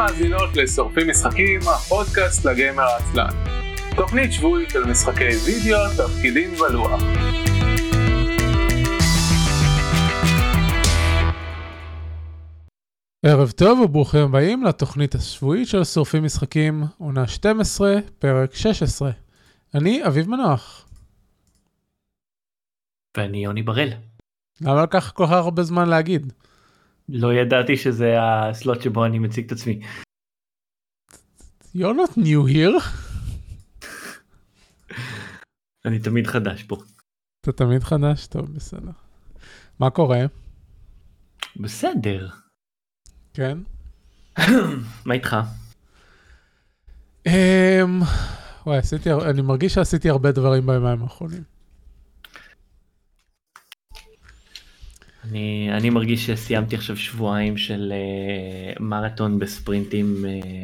מאזינות לשורפים משחקים, הפודקאסט לגיימר העצלן. תוכנית שבועית של משחקי וידאו, תפקידים ולוח. ערב טוב וברוכים הבאים לתוכנית השבועית של שורפים משחקים, עונה 12, פרק 16. אני אביב מנוח. ואני יוני בראל. למה לקח כל כך הרבה זמן להגיד? לא ידעתי שזה הסלוט שבו אני מציג את עצמי. You're not new here. אני תמיד חדש פה. אתה תמיד חדש? טוב, בסדר. מה קורה? בסדר. כן? מה איתך? וואי, אני מרגיש שעשיתי הרבה דברים בימים האחרונים. אני מרגיש שסיימתי עכשיו שבועיים של מרתון בספרינטים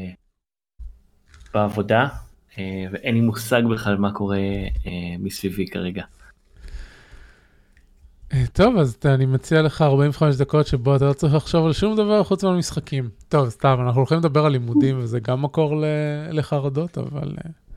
בעבודה, ואין לי מושג בכלל מה קורה מסביבי כרגע. טוב, אז אני מציע לך 45 דקות שבו אתה לא צריך לחשוב על שום דבר חוץ מהמשחקים. טוב, סתם, אנחנו הולכים לדבר על לימודים, וזה גם מקור לחרדות, אבל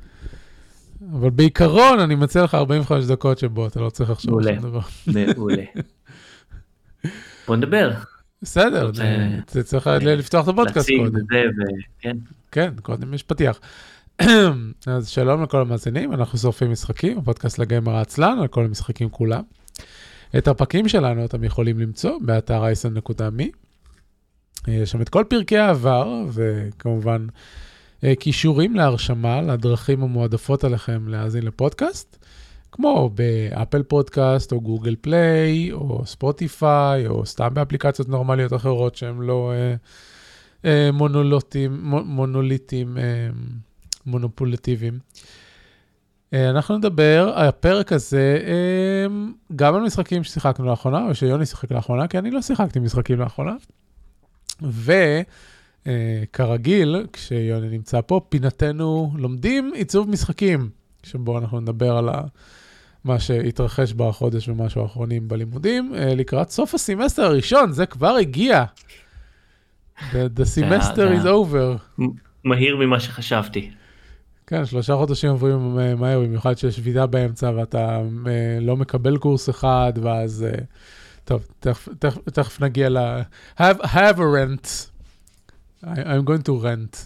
בעיקרון אני מציע לך 45 דקות שבו אתה לא צריך לחשוב על שום דבר. מעולה. בוא נדבר. בסדר, צריך לפתוח את הפודקאסט קודם. כן, קודם יש פתיח. אז שלום לכל המאזינים, אנחנו שורפים משחקים, הפודקאסט לגיימר העצלן, על כל המשחקים כולם. את הפרקים שלנו אתם יכולים למצוא באתר icen.me. יש שם את כל פרקי העבר, וכמובן קישורים להרשמה, לדרכים המועדפות עליכם להאזין לפודקאסט, כמו באפל פודקאסט, או גוגל פליי, או ספוטיפיי, או סתם באפליקציות נורמליות אחרות, שהם לא מונוליטים, מונופולטיביים. אנחנו נדבר, הפרק הזה, גם על משחקים ששיחקנו לאחרונה, או שיוני שיחק לאחרונה, כי אני לא שיחקתי משחקים לאחרונה. וכרגיל, כשיוני נמצא פה, פינתנו לומדים עיצוב משחקים, שבו אנחנו נדבר על מה שהתרחש בחודש ומשהו האחרונים בלימודים, לקראת סוף הסמסטר הראשון, זה כבר הגיע. The semester is over. מהיר ממה שחשבתי. כן, 3 חודשים עוברים מהר, במיוחד שיש שביתה באמצע, ואתה לא מקבל קורס אחד, ואז, טוב, תכף נגיע have a rent. I'm going to rent.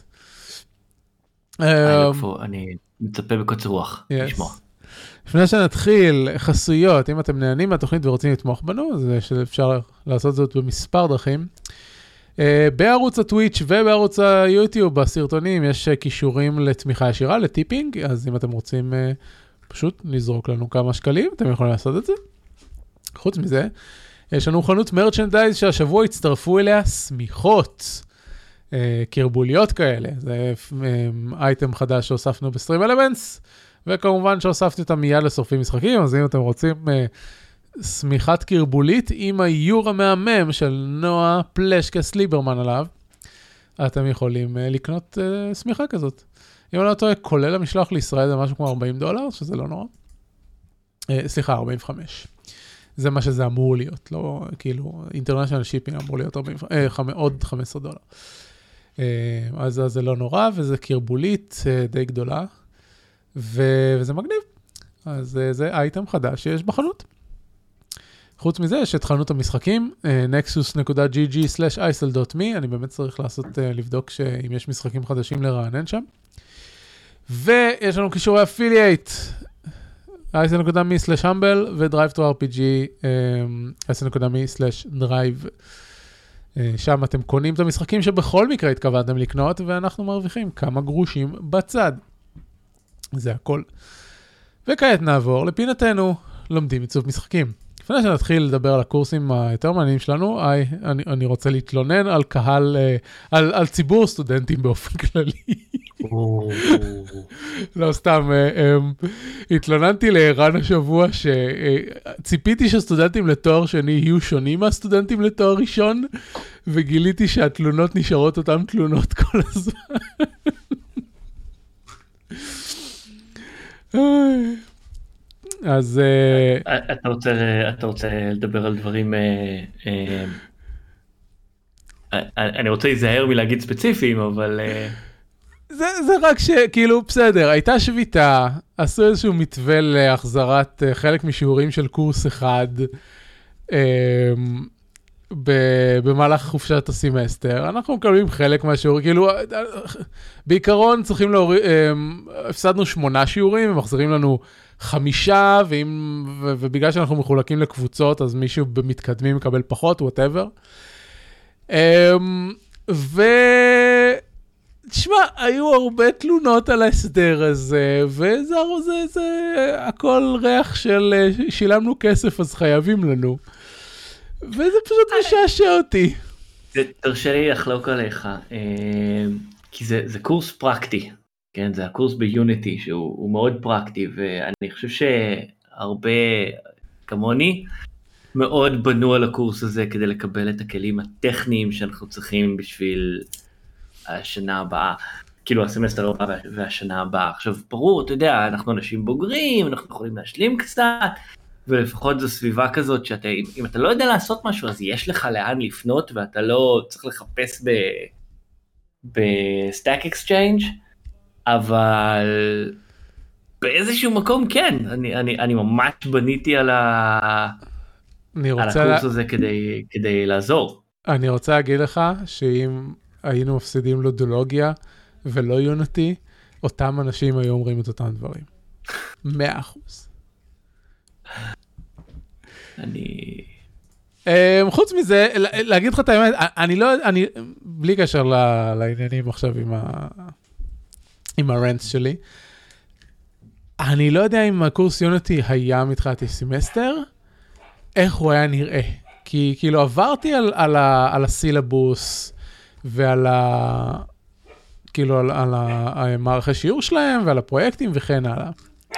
אני מצפה בקוצר רוח, לשמוע. לפני שנתחיל, חסויות, אם אתם נהנים מהתוכנית ורוצים לתמוך בנו, אז אפשר לעשות זאת במספר דרכים. בערוץ הטוויץ' ובערוץ היוטיוב, בסרטונים, יש קישורים לתמיכה ישירה, לטיפינג, אז אם אתם רוצים פשוט לזרוק לנו כמה שקלים, אתם יכולים לעשות את זה. חוץ מזה, יש לנו חנות מרצ'נדייז שהשבוע הצטרפו אליה סמיכות, קרבוליות כאלה. זה אייטם חדש שהוספנו בסטרים אלמנטס, וכמובן שהוספתי אותם מיד לשורפים משחקים, אז אם אתם רוצים סמיכת קרבולית עם האיור המהמם של נועה פלשקס ליברמן עליו, אתם יכולים לקנות סמיכה כזאת. אם אני לא טועה, כולל המשלוח לישראל זה משהו כמו $40, שזה לא נורא. סליחה, 45. זה מה שזה אמור להיות, לא, כאילו, אינטרנשיונל שיפינג אמור להיות עוד $15. אז זה לא נורא, וזה קרבולית די גדולה, וזה מגניב. אז זה אייטם חדש שיש בחנות. חוץ מזה, יש את חנות המשחקים, nexus.gg/isl.me, אני באמת צריך לבדוק אם יש משחקים חדשים לרענן שם. ויש לנו קישורי אפילייט, isl.me/humble ו-drive-to-rpg, isl.me/drive. שם אתם קונים את המשחקים שבכל מקרה התכוונתם לקנות, ואנחנו מרוויחים כמה גרושים בצד. זה הכל. וכעת נעבור לפינתנו, לומדים עיצוב משחקים. לפני שנתחיל לדבר על הקורסים היותר מעניינים שלנו, אני רוצה להתלונן על קהל, על ציבור סטודנטים באופן כללי. לא סתם, התלוננתי לערן השבוע שציפיתי שסטודנטים לתואר שני יהיו שונים מהסטודנטים לתואר ראשון, וגיליתי שהתלונות נשארות אותן תלונות כל הזמן. אז אתה רוצה לדבר על דברים אני רוצה להיזהר מלהגיד ספציפיים, אבל... זה רק שכאילו בסדר, הייתה שביתה, עשו איזשהו מתווה להחזרת חלק משיעורים של קורס אחד במהלך חופשת הסמסטר. אנחנו מקבלים חלק מהשיעורים, כאילו בעיקרון צריכים להוריד, הפסדנו 8 שיעורים, ומחזירים לנו 5, ובגלל שאנחנו מחולקים לקבוצות, אז מישהו במתקדמים מקבל פחות, whatever. תשמע, היו הרבה תלונות על ההסדר הזה, וזה הכל ריח של שילמנו כסף, אז חייבים לנו. וזה פשוט משעשע אותי. תרשה לי לחלוק עליך, כי זה קורס פרקטי, כן? זה הקורס ביוניטי, שהוא מאוד פרקטי, ואני חושב שהרבה כמוני, מאוד בנו על הקורס הזה כדי לקבל את הכלים הטכניים שאנחנו צריכים בשביל השנה הבאה, כאילו הסמסטר הבא והשנה הבאה. עכשיו ברור, אתה יודע, אנחנו אנשים בוגרים, אנחנו יכולים להשלים קצת, ולפחות זו סביבה כזאת שאם אתה לא יודע לעשות משהו, אז יש לך לאן לפנות, ואתה לא צריך לחפש בסטאק אקסצ'יינג', אבל באיזשהו מקום כן, אני ממש בניתי על הקורס הזה כדי לעזור. אני רוצה להגיד לך שאם היינו מפסידים לודולוגיה ולא יוניטי, אותם אנשים היו אומרים את אותם דברים. 100%. חוץ מזה, להגיד לך את האמת, אני בלי קשר לעניינים עכשיו עם הרנטס שלי, אני לא יודע אם הקורס יוניטי היה מתחילת הסמסטר, איך הוא היה נראה. כי כאילו עברתי על הסילבוס, ועל כאילו על המערכי שיעור שלהם, ועל הפרויקטים וכן הלאה.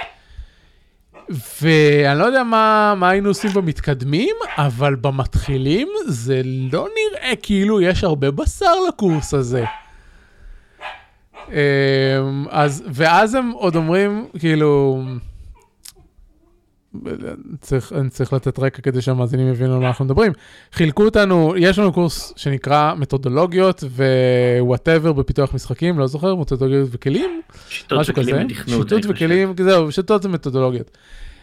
ואני לא יודע מה היינו עושים במתקדמים, אבל במתחילים זה לא נראה כאילו יש הרבה בשר לקורס הזה. ואז הם עוד אומרים, כאילו, אני צריך לתת רקע כדי שהמאזינים יבינו על מה אנחנו מדברים. חילקו אותנו, יש לנו קורס שנקרא מתודולוגיות ווואטאבר בפיתוח משחקים, לא זוכר, מתודולוגיות וכלים, משהו כזה. שיטות וכלים, זהו, שיטות ומתודולוגיות.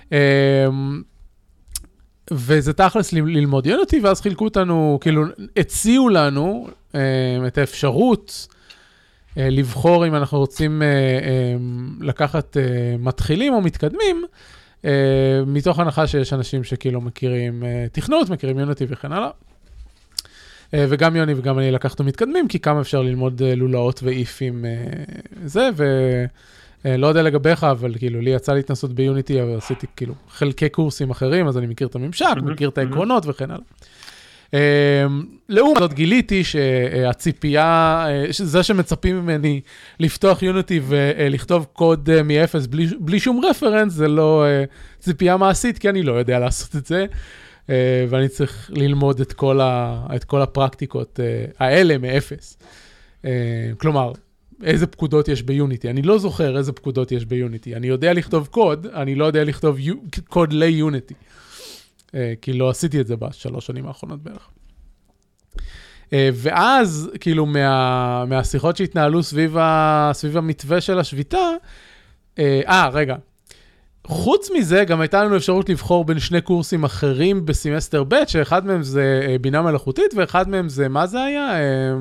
וזה תכלס ללמוד יוניטי, ואז חילקו אותנו, כאילו, הציעו לנו את האפשרות לבחור אם אנחנו רוצים לקחת מתחילים או מתקדמים, מתוך הנחה שיש אנשים שכאילו מכירים תכנות, מכירים יוניטי וכן הלאה. וגם יוני וגם אני לקחנו מתקדמים, כי כמה אפשר ללמוד לולאות ואיפים זה, ולא יודע לגביך, אבל כאילו לי יצא להתנסות ביוניטי, אבל עשיתי כאילו חלקי קורסים אחרים, אז אני מכיר את הממשק, מכיר את העקרונות וכן הלאה. לעומת זאת גיליתי שהציפייה, זה שמצפים ממני לפתוח יוניטי ולכתוב קוד מ-0 בלי שום רפרנס, זה לא ציפייה מעשית, כי אני לא יודע לעשות את זה, ואני צריך ללמוד את כל הפרקטיקות האלה מ-0. כלומר, איזה פקודות יש ביוניטי. אני לא זוכר איזה פקודות יש ביוניטי. אני יודע לכתוב קוד, אני לא יודע לכתוב קוד ליוניטי. כי לא עשיתי את זה ב3 שנים האחרונות בערך. ואז, כאילו, מהשיחות שהתנהלו סביב המתווה של השביתה, רגע, חוץ מזה, גם הייתה לנו אפשרות לבחור בין 2 קורסים אחרים בסמסטר ב', שאחד מהם זה בינה מלאכותית, ואחד מהם זה, מה זה היה?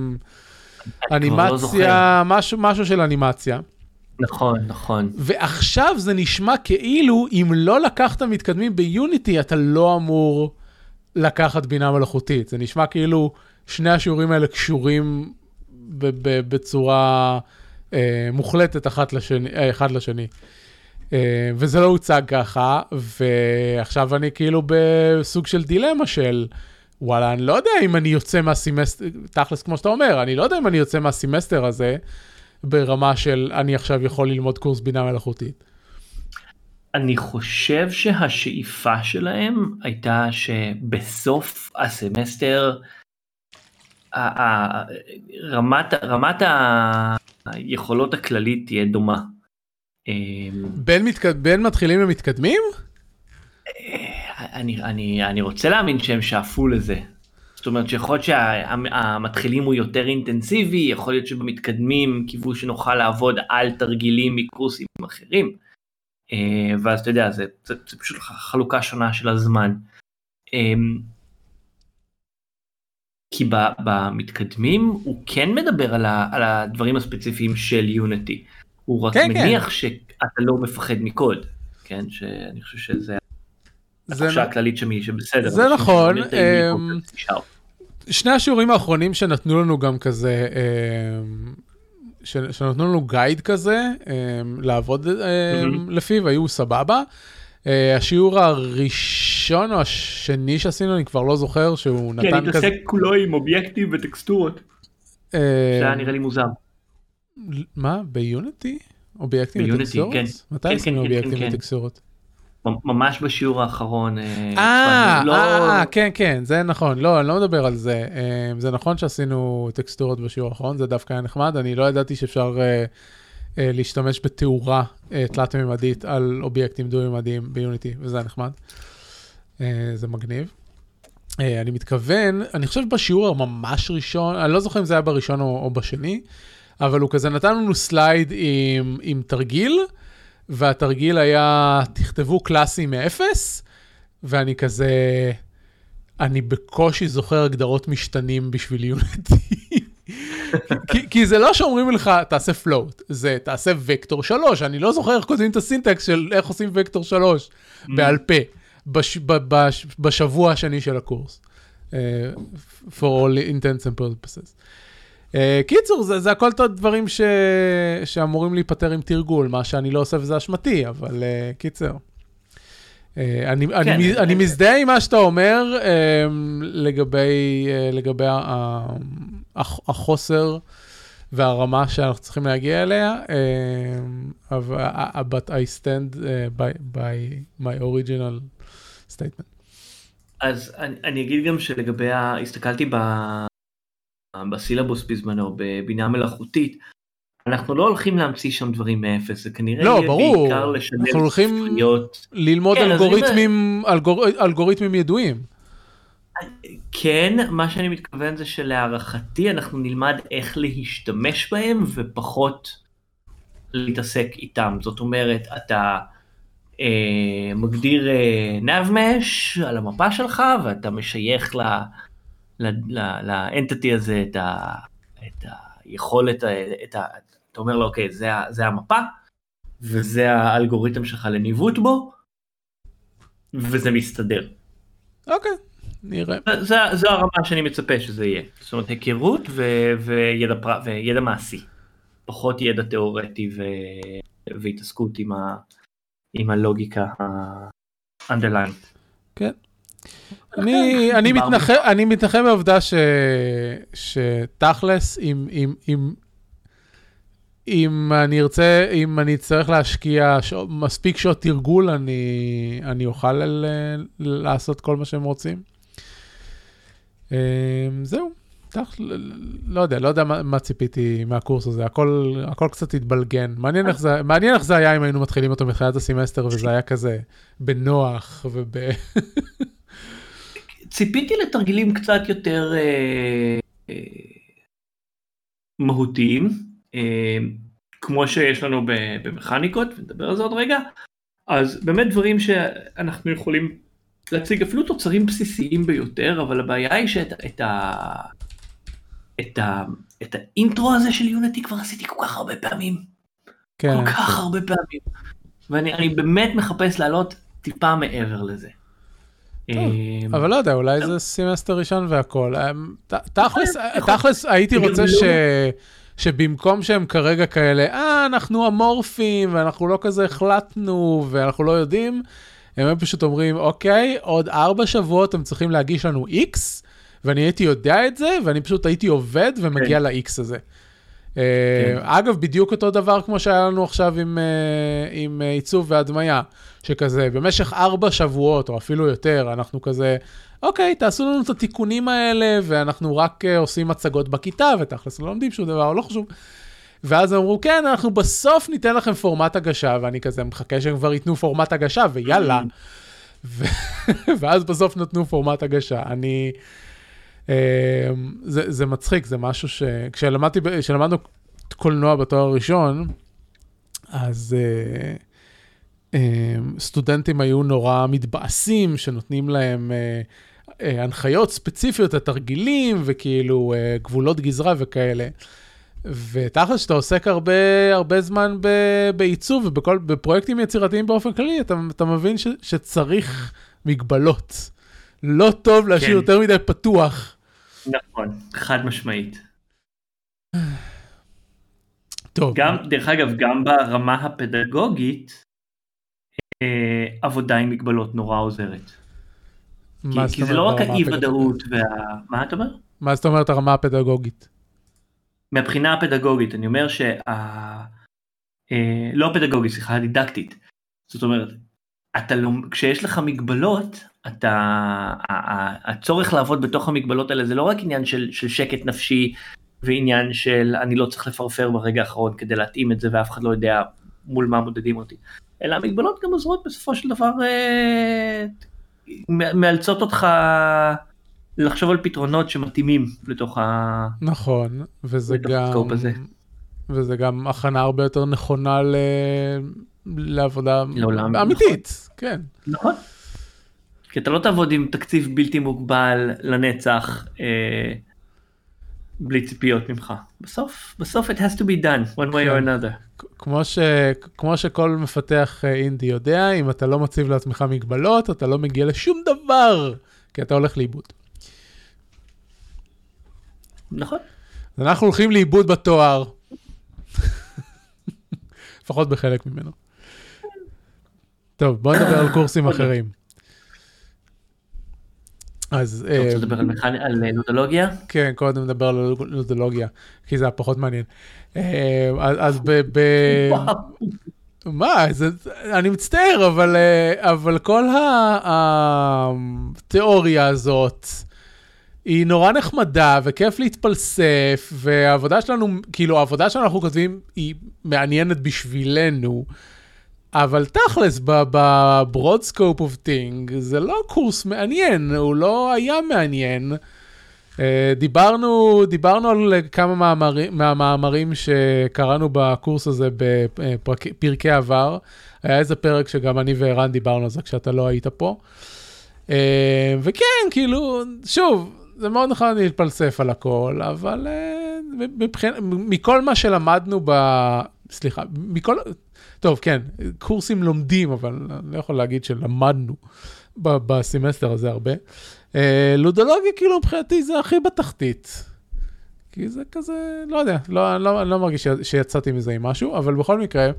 אנימציה, משהו של אנימציה. נכון, נכון. ועכשיו זה נשמע כאילו, אם לא לקחת מתקדמים ביוניטי, אתה לא אמור לקחת בינה מלאכותית. זה נשמע כאילו שני השיעורים האלה קשורים בצורה מוחלטת אחד לשני. וזה לא הוצג ככה, ועכשיו אני כאילו בסוג של דילמה של, וואלה, אני לא יודע אם אני יוצא מהסמסטר, תכלס כמו שאתה אומר, אני לא יודע אם אני יוצא מהסמסטר הזה, ברמה של אני עכשיו יכול ללמוד קורס בינה מלאכותית. אני חושב שהשאיפה שלהם הייתה שבסוף הסמסטר, רמת היכולות הכללית תהיה דומה. בין מתחילים למתקדמים? אני רוצה להאמין שהם שאפו לזה. זאת אומרת שיכול להיות שהמתחילים הוא יותר אינטנסיבי, יכול להיות שבמתקדמים קיוו שנוכל לעבוד על תרגילים מקורסים אחרים, ואז אתה יודע, זה פשוט חלוקה שונה של הזמן. כי במתקדמים הוא כן מדבר על הדברים הספציפיים של יוניטי, הוא רק מניח שאתה לא מפחד מקוד, כן, שאני חושב שזה התחושה הכללית שבסדר. זה נכון. שני השיעורים האחרונים שנתנו לנו גם כזה, שנתנו לנו גייד כזה, לעבוד לפיו, היו סבבה. השיעור הראשון או השני שעשינו, אני כבר לא זוכר, שהוא נתן כזה... כן, התעסק כולו עם אובייקטים וטקסטורות. זה היה נראה לי מוזר. מה? ביוניטי? אובייקטים וטקסטורות? מתי עשינו אובייקטים וטקסטורות? ממש בשיעור האחרון. כן, כן, זה נכון. לא, אני לא מדבר על זה. זה נכון שעשינו טקסטורות בשיעור האחרון, זה דווקא היה נחמד. אני לא ידעתי שאפשר להשתמש בתאורה תלת-ממדית על אובייקטים דו-ממדיים ביוניטי, וזה היה נחמד. זה מגניב. אני מתכוון, אני חושב בשיעור הממש ראשון, אני לא זוכר אם זה היה בראשון או בשני, אבל הוא כזה נתן לנו סלייד עם תרגיל, והתרגיל היה, תכתבו קלאסי מאפס, ואני כזה, אני בקושי זוכר הגדרות משתנים בשביל יוניטי. כי זה לא שאומרים לך, תעשה פלוט, זה תעשה וקטור 3, אני לא זוכר איך כותבים את הסינטקס של איך עושים וקטור 3 בעל פה, בשבוע השני של הקורס. For all intents and purposes. קיצור, זה הכל את הדברים שאמורים להיפטר עם תרגול, מה שאני לא עושה וזה אשמתי, אבל קיצר. אני מזדהה עם מה שאתה אומר לגבי החוסר והרמה שאנחנו צריכים להגיע אליה, but I stand by my original statement. אז אני אגיד גם שלגבי, הסתכלתי בסילבוס בזמנו, בבינה מלאכותית, אנחנו לא הולכים להמציא שם דברים מאפס, זה כנראה לא, ברור, אנחנו הולכים ללמוד אלגוריתמים ידועים. כן, מה שאני מתכוון זה שלהערכתי אנחנו נלמד איך להשתמש בהם ופחות להתעסק איתם. זאת אומרת, אתה מגדיר נאב-מש על המפה שלך ואתה משייך לאנטיטי הזה את היכולת, אתה אומר לו, אוקיי, זה המפה וזה האלגוריתם שלך לניווט בו וזה מסתדר. אוקיי. נראה. זו הרמה שאני מצפה שזה יהיה. זאת אומרת, היכרות וידע מעשי. פחות ידע תיאורטי והתעסקות עם הלוגיקה ה-underline. כן. אני מתנחם בעובדה שתכלס, אם אני צריך להשקיע מספיק שעות תרגול, אני אוכל לעשות כל מה שהם רוצים. זהו, לא יודע מה ציפיתי מהקורס הזה, הכל קצת התבלגן, מעניין איך זה היה אם היינו מתחילים אותו מתחילת הסמסטר, וזה היה כזה בנוח ציפיתי לתרגילים קצת יותר מהותיים, כמו שיש לנו במכניקות, ונדבר על זה עוד רגע, אז באמת דברים שאנחנו יכולים להציג אפילו תוצרים בסיסיים ביותר, אבל הבעיה היא את האינטרו הזה של יוניטי כבר עשיתי כל כך הרבה פעמים. כן. כל כך הרבה פעמים. ואני באמת מחפש לעלות טיפה מעבר לזה. אבל לא יודע, אולי זה סמסטר ראשון והכל. תכלס הייתי רוצה שבמקום שהם כרגע כאלה, אנחנו אמורפים, ואנחנו לא כזה החלטנו, ואנחנו לא יודעים, הם פשוט אומרים, אוקיי, עוד 4 שבועות הם צריכים להגיש לנו X, ואני הייתי יודע את זה, ואני פשוט הייתי עובד ומגיע ל-X הזה. אגב, בדיוק אותו דבר כמו שהיה לנו עכשיו עם עיצוב והדמיה, שכזה, במשך 4 שבועות, או אפילו יותר, אנחנו כזה, אוקיי, תעשו לנו את התיקונים האלה, ואנחנו רק עושים הצגות בכיתה, ותכלס לא לומדים שום דבר, לא חשוב. ואז אמרו, כן, אנחנו בסוף ניתן לכם פורמט הגשה, ואני כזה מחכה שהם כבר ייתנו פורמט הגשה, ויאללה. ואז בסוף נתנו פורמט הגשה. זה מצחיק, זה משהו כשלמדנו קולנוע בתואר הראשון, אז סטודנטים היו נורא מתבאסים, שנותנים להם הנחיות ספציפיות, התרגילים, וכאילו גבולות גזרה וכאלה. ותכל'ס שאתה עוסק הרבה זמן בעיצוב, ובפרויקטים יצירתיים באופן כללי, אתה מבין שצריך מגבלות. לא טוב להשאיר יותר מדי פתוח. נכון, חד משמעית. טוב. דרך אגב, גם ברמה הפדגוגית, עבודה עם מגבלות נורא עוזרת. כי זה לא רק האי-ודאות מה אתה אומר? מה זאת אומרת הרמה הפדגוגית? מהבחינה הפדגוגית, אני אומר לא הפדגוגית, סליחה, הדידקטית. זאת אומרת, כשיש לך מגבלות, הצורך לעבוד בתוך המגבלות האלה, זה לא רק עניין של שקט נפשי, ועניין של אני לא צריך לפרפר ברגע האחרון, כדי להתאים את זה, ואף אחד לא יודע מול מה מודדים אותי. אלא המגבלות גם עוזרות בסופו של דבר, מאלצות אותך לחשוב על פתרונות שמתאימים לתוך נכון, וזה גם הכנה הרבה יותר נכונה לעבודה אמיתית, כן. נכון. כי אתה לא תעבוד עם תקציב בלתי מוגבל לנצח, בלי ציפיות ממך. בסוף it has to be done, one way or another. כמו שכל מפתח אינדי יודע, אם אתה לא מציב לעצמך מגבלות, אתה לא מגיע לשום דבר, כי אתה הולך לאיבוד. נכון. אנחנו הולכים לאיבוד בתואר. לפחות בחלק ממנו. טוב, בואו נדבר על קורסים אחרים. אז... אתה רוצה לדבר על לודולוגיה? כן, קודם נדבר על לודולוגיה, כי זה הפחות מעניין. אז מה? אני מצטער, אבל כל התיאוריה הזאת, היא נורא נחמדה, וכיף להתפלסף, והעבודה שלנו, כאילו העבודה שאנחנו כותבים, היא מעניינת בשבילנו, אבל תכלס, ב-broad scope of thing, זה לא קורס מעניין, הוא לא היה מעניין. דיברנו על כמה מהמאמרים שקראנו בקורס הזה בפרקי עבר. היה איזה פרק שגם אני וערן דיברנו על זה כשאתה לא היית פה. וכן, כאילו, שוב, זה מאוד נכון להתפלסף על הכל, אבל מכל מה שלמדנו סליחה, טוב, כן, קורסים לומדים, אבל אני לא יכול להגיד שלמדנו בסמסטר הזה הרבה. לודולוגיה, כאילו, מבחינתי זה הכי בתחתית. כי זה כזה, לא יודע, לא מרגיש שיצאתי מזה עם משהו, אבל בכל מקרה,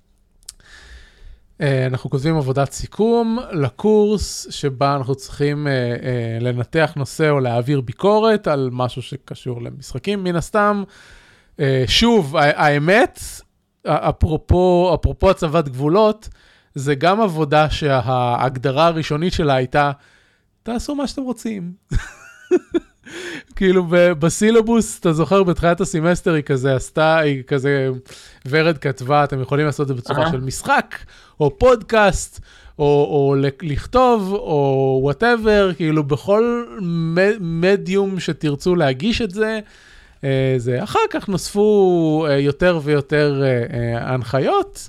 אנחנו כותבים עבודת סיכום לקורס, שבה אנחנו צריכים לנתח נושא או להעביר ביקורת על משהו שקשור למשחקים. מן הסתם, שוב, האמת, אפרופו הצבת גבולות, זה גם עבודה שההגדרה הראשונית שלה הייתה, תעשו מה שאתם רוצים. כאילו בסילובוס, אתה זוכר, בתחילת הסמסטר היא כזה, ורד כתבה, אתם יכולים לעשות את זה בצורה של משחק, או פודקאסט, או לכתוב, או whatever, כאילו בכל מדיום שתרצו להגיש את זה, זה אחר כך נוספו יותר ויותר הנחיות,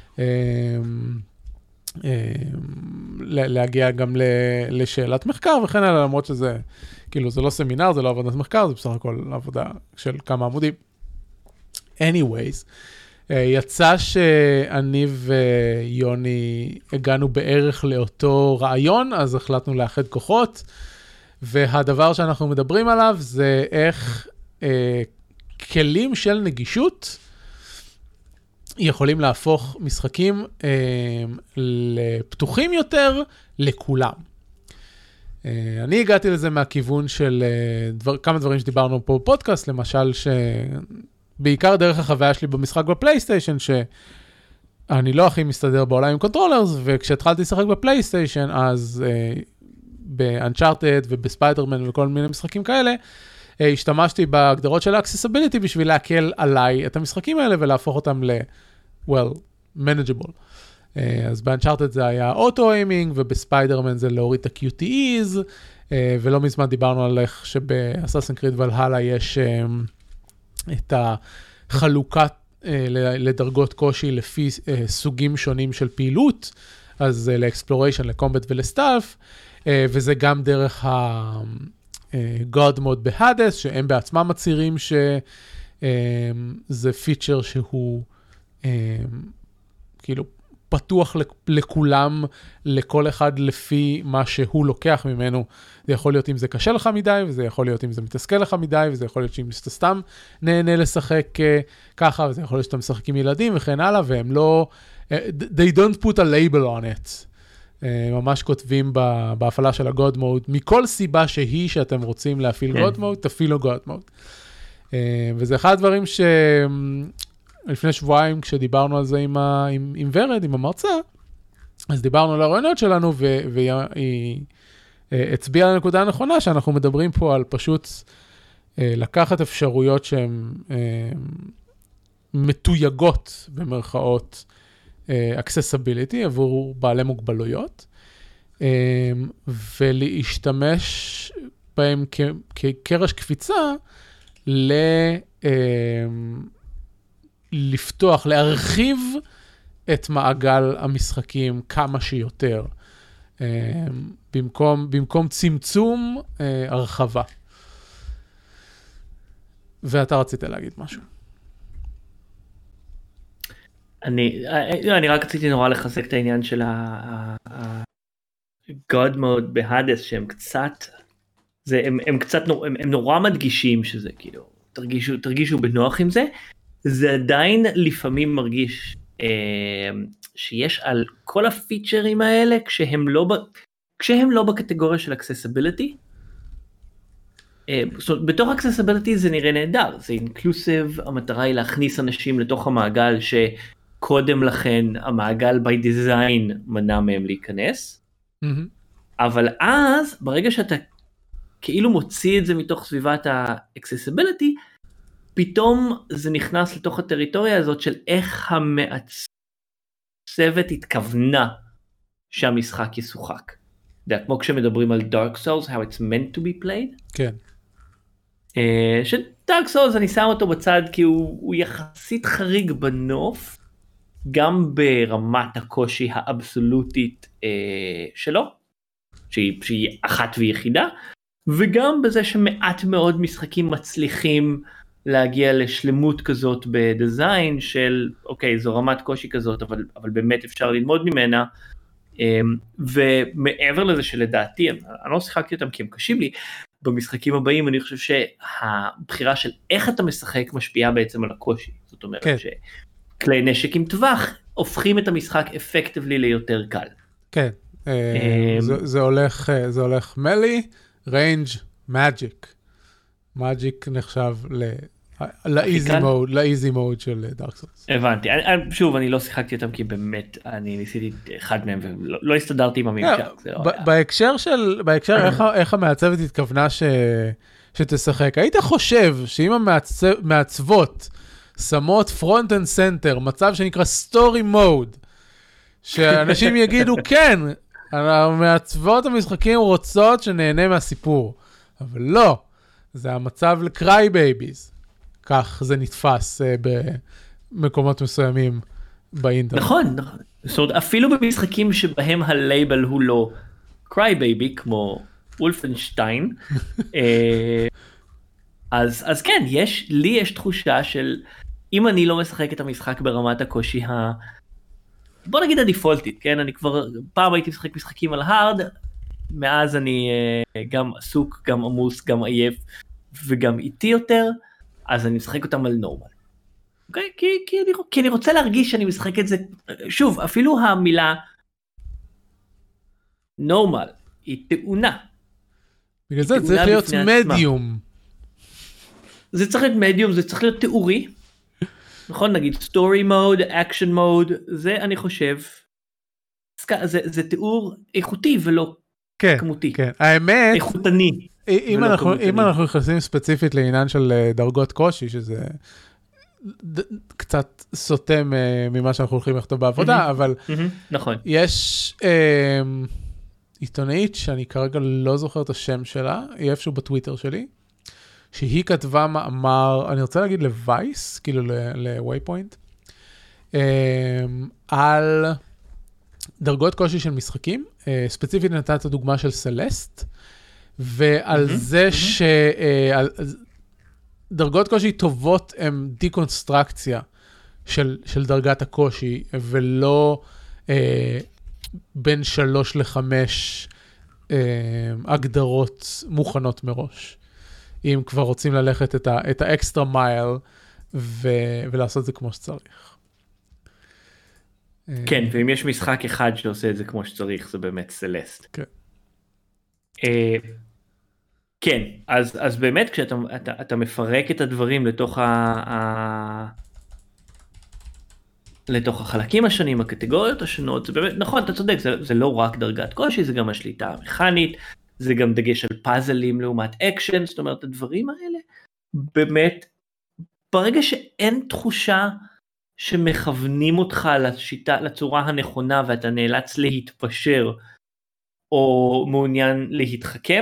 להגיע גם לשאלת מחקר וכן הלאה, למרות שזה, כאילו זה לא סמינר, זה לא עבודת מחקר, זה בסך הכל עבודה של כמה עמודים. anyways, יצא שאני ויוני הגענו בערך לאותו רעיון, אז החלטנו לאחד כוחות, והדבר שאנחנו מדברים עליו זה איך כלים של נגישות יכולים להפוך משחקים לפתוחים יותר לכולם. אני הגעתי לזה מהכיוון של כמה דברים שדיברנו פה בפודקאסט, למשל שבעיקר דרך החוויה שלי במשחק בפלייסטיישן, שאני לא הכי מסתדר בעולם עם קונטרולרס, וכשהתחלתי לשחק בפלייסטיישן, אז באנצ'ארטד ובספיידרמן וכל מיני משחקים כאלה, השתמשתי בהגדרות של האקססיביליטי בשביל להקל עליי את המשחקים האלה ולהפוך אותם manageable. אז באנצ'ארטד זה היה אוטו-איימינג, ובספיידרמן זה להוריד את ה-QTEs, ולא מזמן דיברנו על איך שבאסאסינס קריד ולהלה יש את החלוקת לדרגות קושי לפי סוגים שונים של פעילות, אז לאקספלוריישן, לקומבט ולסטאלף, וזה גם דרך ה-God Mode בהאדס, שהם בעצמם מצהירים שזה פיצ'ר שהוא כאילו פתוח לכולם, לכל אחד לפי מה שהוא לוקח ממנו. זה יכול להיות אם זה קשה לך מדי, וזה יכול להיות אם זה מתסכל לך מדי, וזה יכול להיות שאם אתה סתם נהנה לשחק ככה, וזה יכול להיות שאתה משחק עם ילדים וכן הלאה, והם לא, they don't put a label on it. ממש כותבים בהפעלה של ה-God Mode, מכל סיבה שהיא שאתם רוצים להפעיל God Mode, תפעילו God Mode. וזה אחד הדברים לפני שבועיים, כשדיברנו על זה עם ורד, עם המרצה, אז דיברנו על הרעיונות שלנו, והיא הצביעה על הנקודה הנכונה, שאנחנו מדברים פה על פשוט לקחת אפשרויות שהן מתויגות במרכאות accessibility עבור בעלי מוגבלויות, ולהשתמש בהם כקרש קפיצה לפתוח, להרחיב את מעגל המשחקים כמה שיותר, במקום צמצום, הרחבה. ואתה רצית להגיד משהו. אני רק רציתי נורא לחזק את העניין של ה-God Mode בהאדס, שהם קצת, הם נורא מדגישים שזה, כאילו, תרגישו בנוח עם זה. זה עדיין לפעמים מרגיש שיש על כל הפיצ'רים האלה, כשהם לא בקטגוריה של accessibility, בתוך accessibility זה נראה נהדר, זה inclusive, המטרה היא להכניס אנשים לתוך המעגל שקודם לכן המעגל by design מנע מהם להיכנס, אבל אז ברגע שאתה כאילו מוציא את זה מתוך סביבת ה-accessibility, פתאום זה נכנס לתוך הטריטוריה הזאת של איך המעצבת התכוונה שהמשחק ישוחק. כמו כשמדברים על Dark Souls, how it's meant to be played. כן. שדארק סולס אני שם אותו בצד כי הוא יחסית חריג בנוף, גם ברמת הקושי האבסולוטית שלו, שהיא אחת ויחידה, וגם בזה שמעט מאוד משחקים מצליחים להגיע לשלמות כזאת בדיזיין של אוקיי, זו רמת קושי כזאת, אבל באמת אפשר ללמוד ממנה, ומעבר לזה שלדעתי, אני לא שיחקתי אותם כי הם קשים לי, במשחקים הבאים אני חושב שהבחירה של איך אתה משחק משפיעה בעצם על הקושי, זאת אומרת כן. שכלי נשק עם טווח הופכים את המשחק אפקטיבלי ליותר קל. כן, זה הולך מלי, ריינג', מג'יק. מג'יק נחשב לאיזי מוד של דארק סולס. הבנתי, שוב אני לא שיחקתי אותם כי באמת אני ניסיתי אחד מהם ולא הסתדרתי עם הממשק. בהקשר איך המעצבת התכוונה שתשחק, היית חושב שאם המעצבות שמות front and center, מצב שנקרא story mode, שאנשים יגידו כן, המעצבות המשחקים רוצות שנהנה מהסיפור, אבל לא, זה המצב לקריי בייביז. כך זה נתפס במקומות מסוימים באינטרנט. נכון, נכון. זאת אומרת, אפילו במשחקים שבהם הלייבל הוא לא קריי בייבי, כמו וולפנשטיין, אז כן, לי יש תחושה של, אם אני לא משחק את המשחק ברמת הקושי בוא נגיד הדיפולטית, כן? אני כבר, פעם הייתי משחק משחקים על הארד, מאז אני גם עסוק, גם עמוס, גם עייף, וגם איטי יותר, אז אני משחק אותם על נורמל. אוקיי? כי אני רוצה להרגיש שאני משחק את זה, שוב, אפילו המילה נורמל, היא טעונה. בגלל זה צריך להיות מדיום. זה צריך להיות מדיום, זה צריך להיות תיאורי. נכון, נגיד סטורי מוד, אקשן מוד, זה אני חושב, זה תיאור איכותי ולא כמותי. כן, האמת, איכותני. אם אנחנו נכנסים ספציפית לעניין של דרגות קושי, שזה קצת סוטה ממה שאנחנו הולכים לכתוב בעבודה, אבל נכון. יש עיתונאית שאני כרגע לא זוכר את השם שלה, היא איפשהו בטוויטר שלי, שהיא כתבה מאמר, אני רוצה להגיד לווייס, כאילו לווייפוינט, על דרגות קושי של משחקים, ספציפית נתת הדוגמה של סלסט, ועל זה שדרגות קושי טובות הן דיקונסטרקציה של דרגת הקושי, ולא בין 3 ל-5 הגדרות מוכנות מראש. אם כבר רוצים ללכת את האקסטרה מייל ולעשות את זה כמו שצריך. כן, ואם יש משחק אחד שעושה את זה כמו שצריך, זה באמת סלסט. כן. כן, אז באמת כשאתה מפרק את הדברים לתוך החלקים השונים, הקטגוריות השונות, זה באמת, נכון, אתה צודק, זה לא רק דרגת קושי, זה גם השליטה המכנית, זה גם דגש על פאזלים לעומת אקשן, זאת אומרת, הדברים האלה, באמת, ברגע שאין תחושה שמכוונים אותך לצורה הנכונה, ואתה נאלץ להתפשר, או מעוניין להתחכם,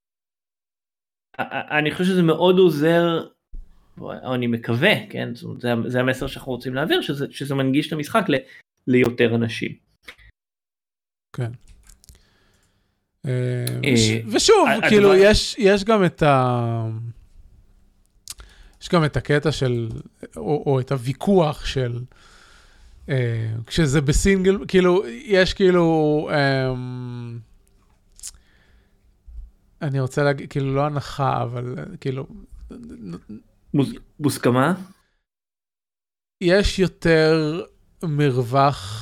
אני חושב שזה מאוד עוזר, או אני מקווה, כן, זה המסר שאנחנו רוצים להעביר, שזה מנגיש את המשחק ליותר אנשים. כן. ושוב, כאילו, יש גם את הקטע של, או את הוויכוח של, כשזה בסינגל, כאילו, יש כאילו, אני רוצה להגיד, כאילו, לא הנחה, אבל כאילו, מוסכמה? יש יותר מרווח,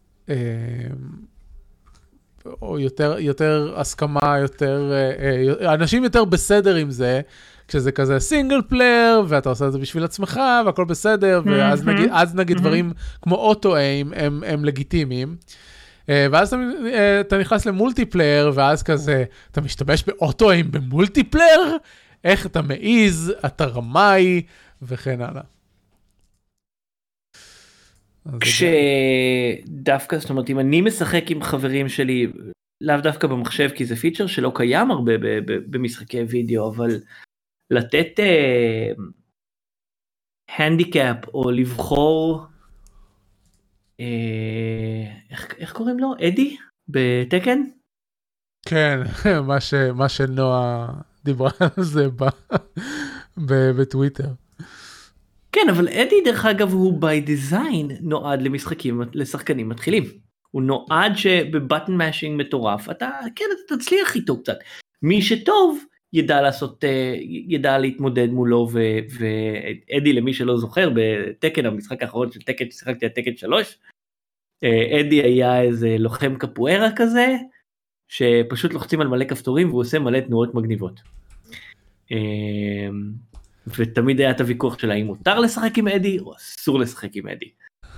או יותר הסכמה, אנשים יותר בסדר עם זה, כשזה כזה סינגל פלייר, ואתה עושה את זה בשביל עצמך, והכל בסדר, ואז נגיד דברים כמו אוטו-איים, הם לגיטימיים, ואז אתה נכנס למולטיפלייר, ואז כזה, אתה משתמש באוטו-איים במולטיפלייר, איך אתה מעיז, אתה רמאי, וכן הלאה. כשדווקא, זאת אומרת, אם אני משחק עם חברים שלי, לאו דווקא במחשב, כי זה פיצ'ר שלא קיים הרבה במשחקי וידאו, אבל לתת הנדיקאפ, או לבחור, איך קוראים לו? אדי? בטקן? כן, מה שנועה דיברה על זה בטוויטר. כן, אבל אדי דרך אגב הוא by design נועד לשחקנים מתחילים. הוא נועד שבבטן מאשינג מטורף, אתה תצליח איתו קצת. מי שטוב ידע להתמודד מולו, ואדי למי שלא זוכר, בטקן, המשחק האחרון של טקן, ששיחקתי על טקן 3, אדי היה איזה לוחם קפוארה כזה, שפשוט לוחצים על מלא כפתורים, והוא עושה מלא תנועות מגניבות. ותמיד היה את הוויכוח שלה, אם מותר לשחק עם אדי, או אסור לשחק עם אדי.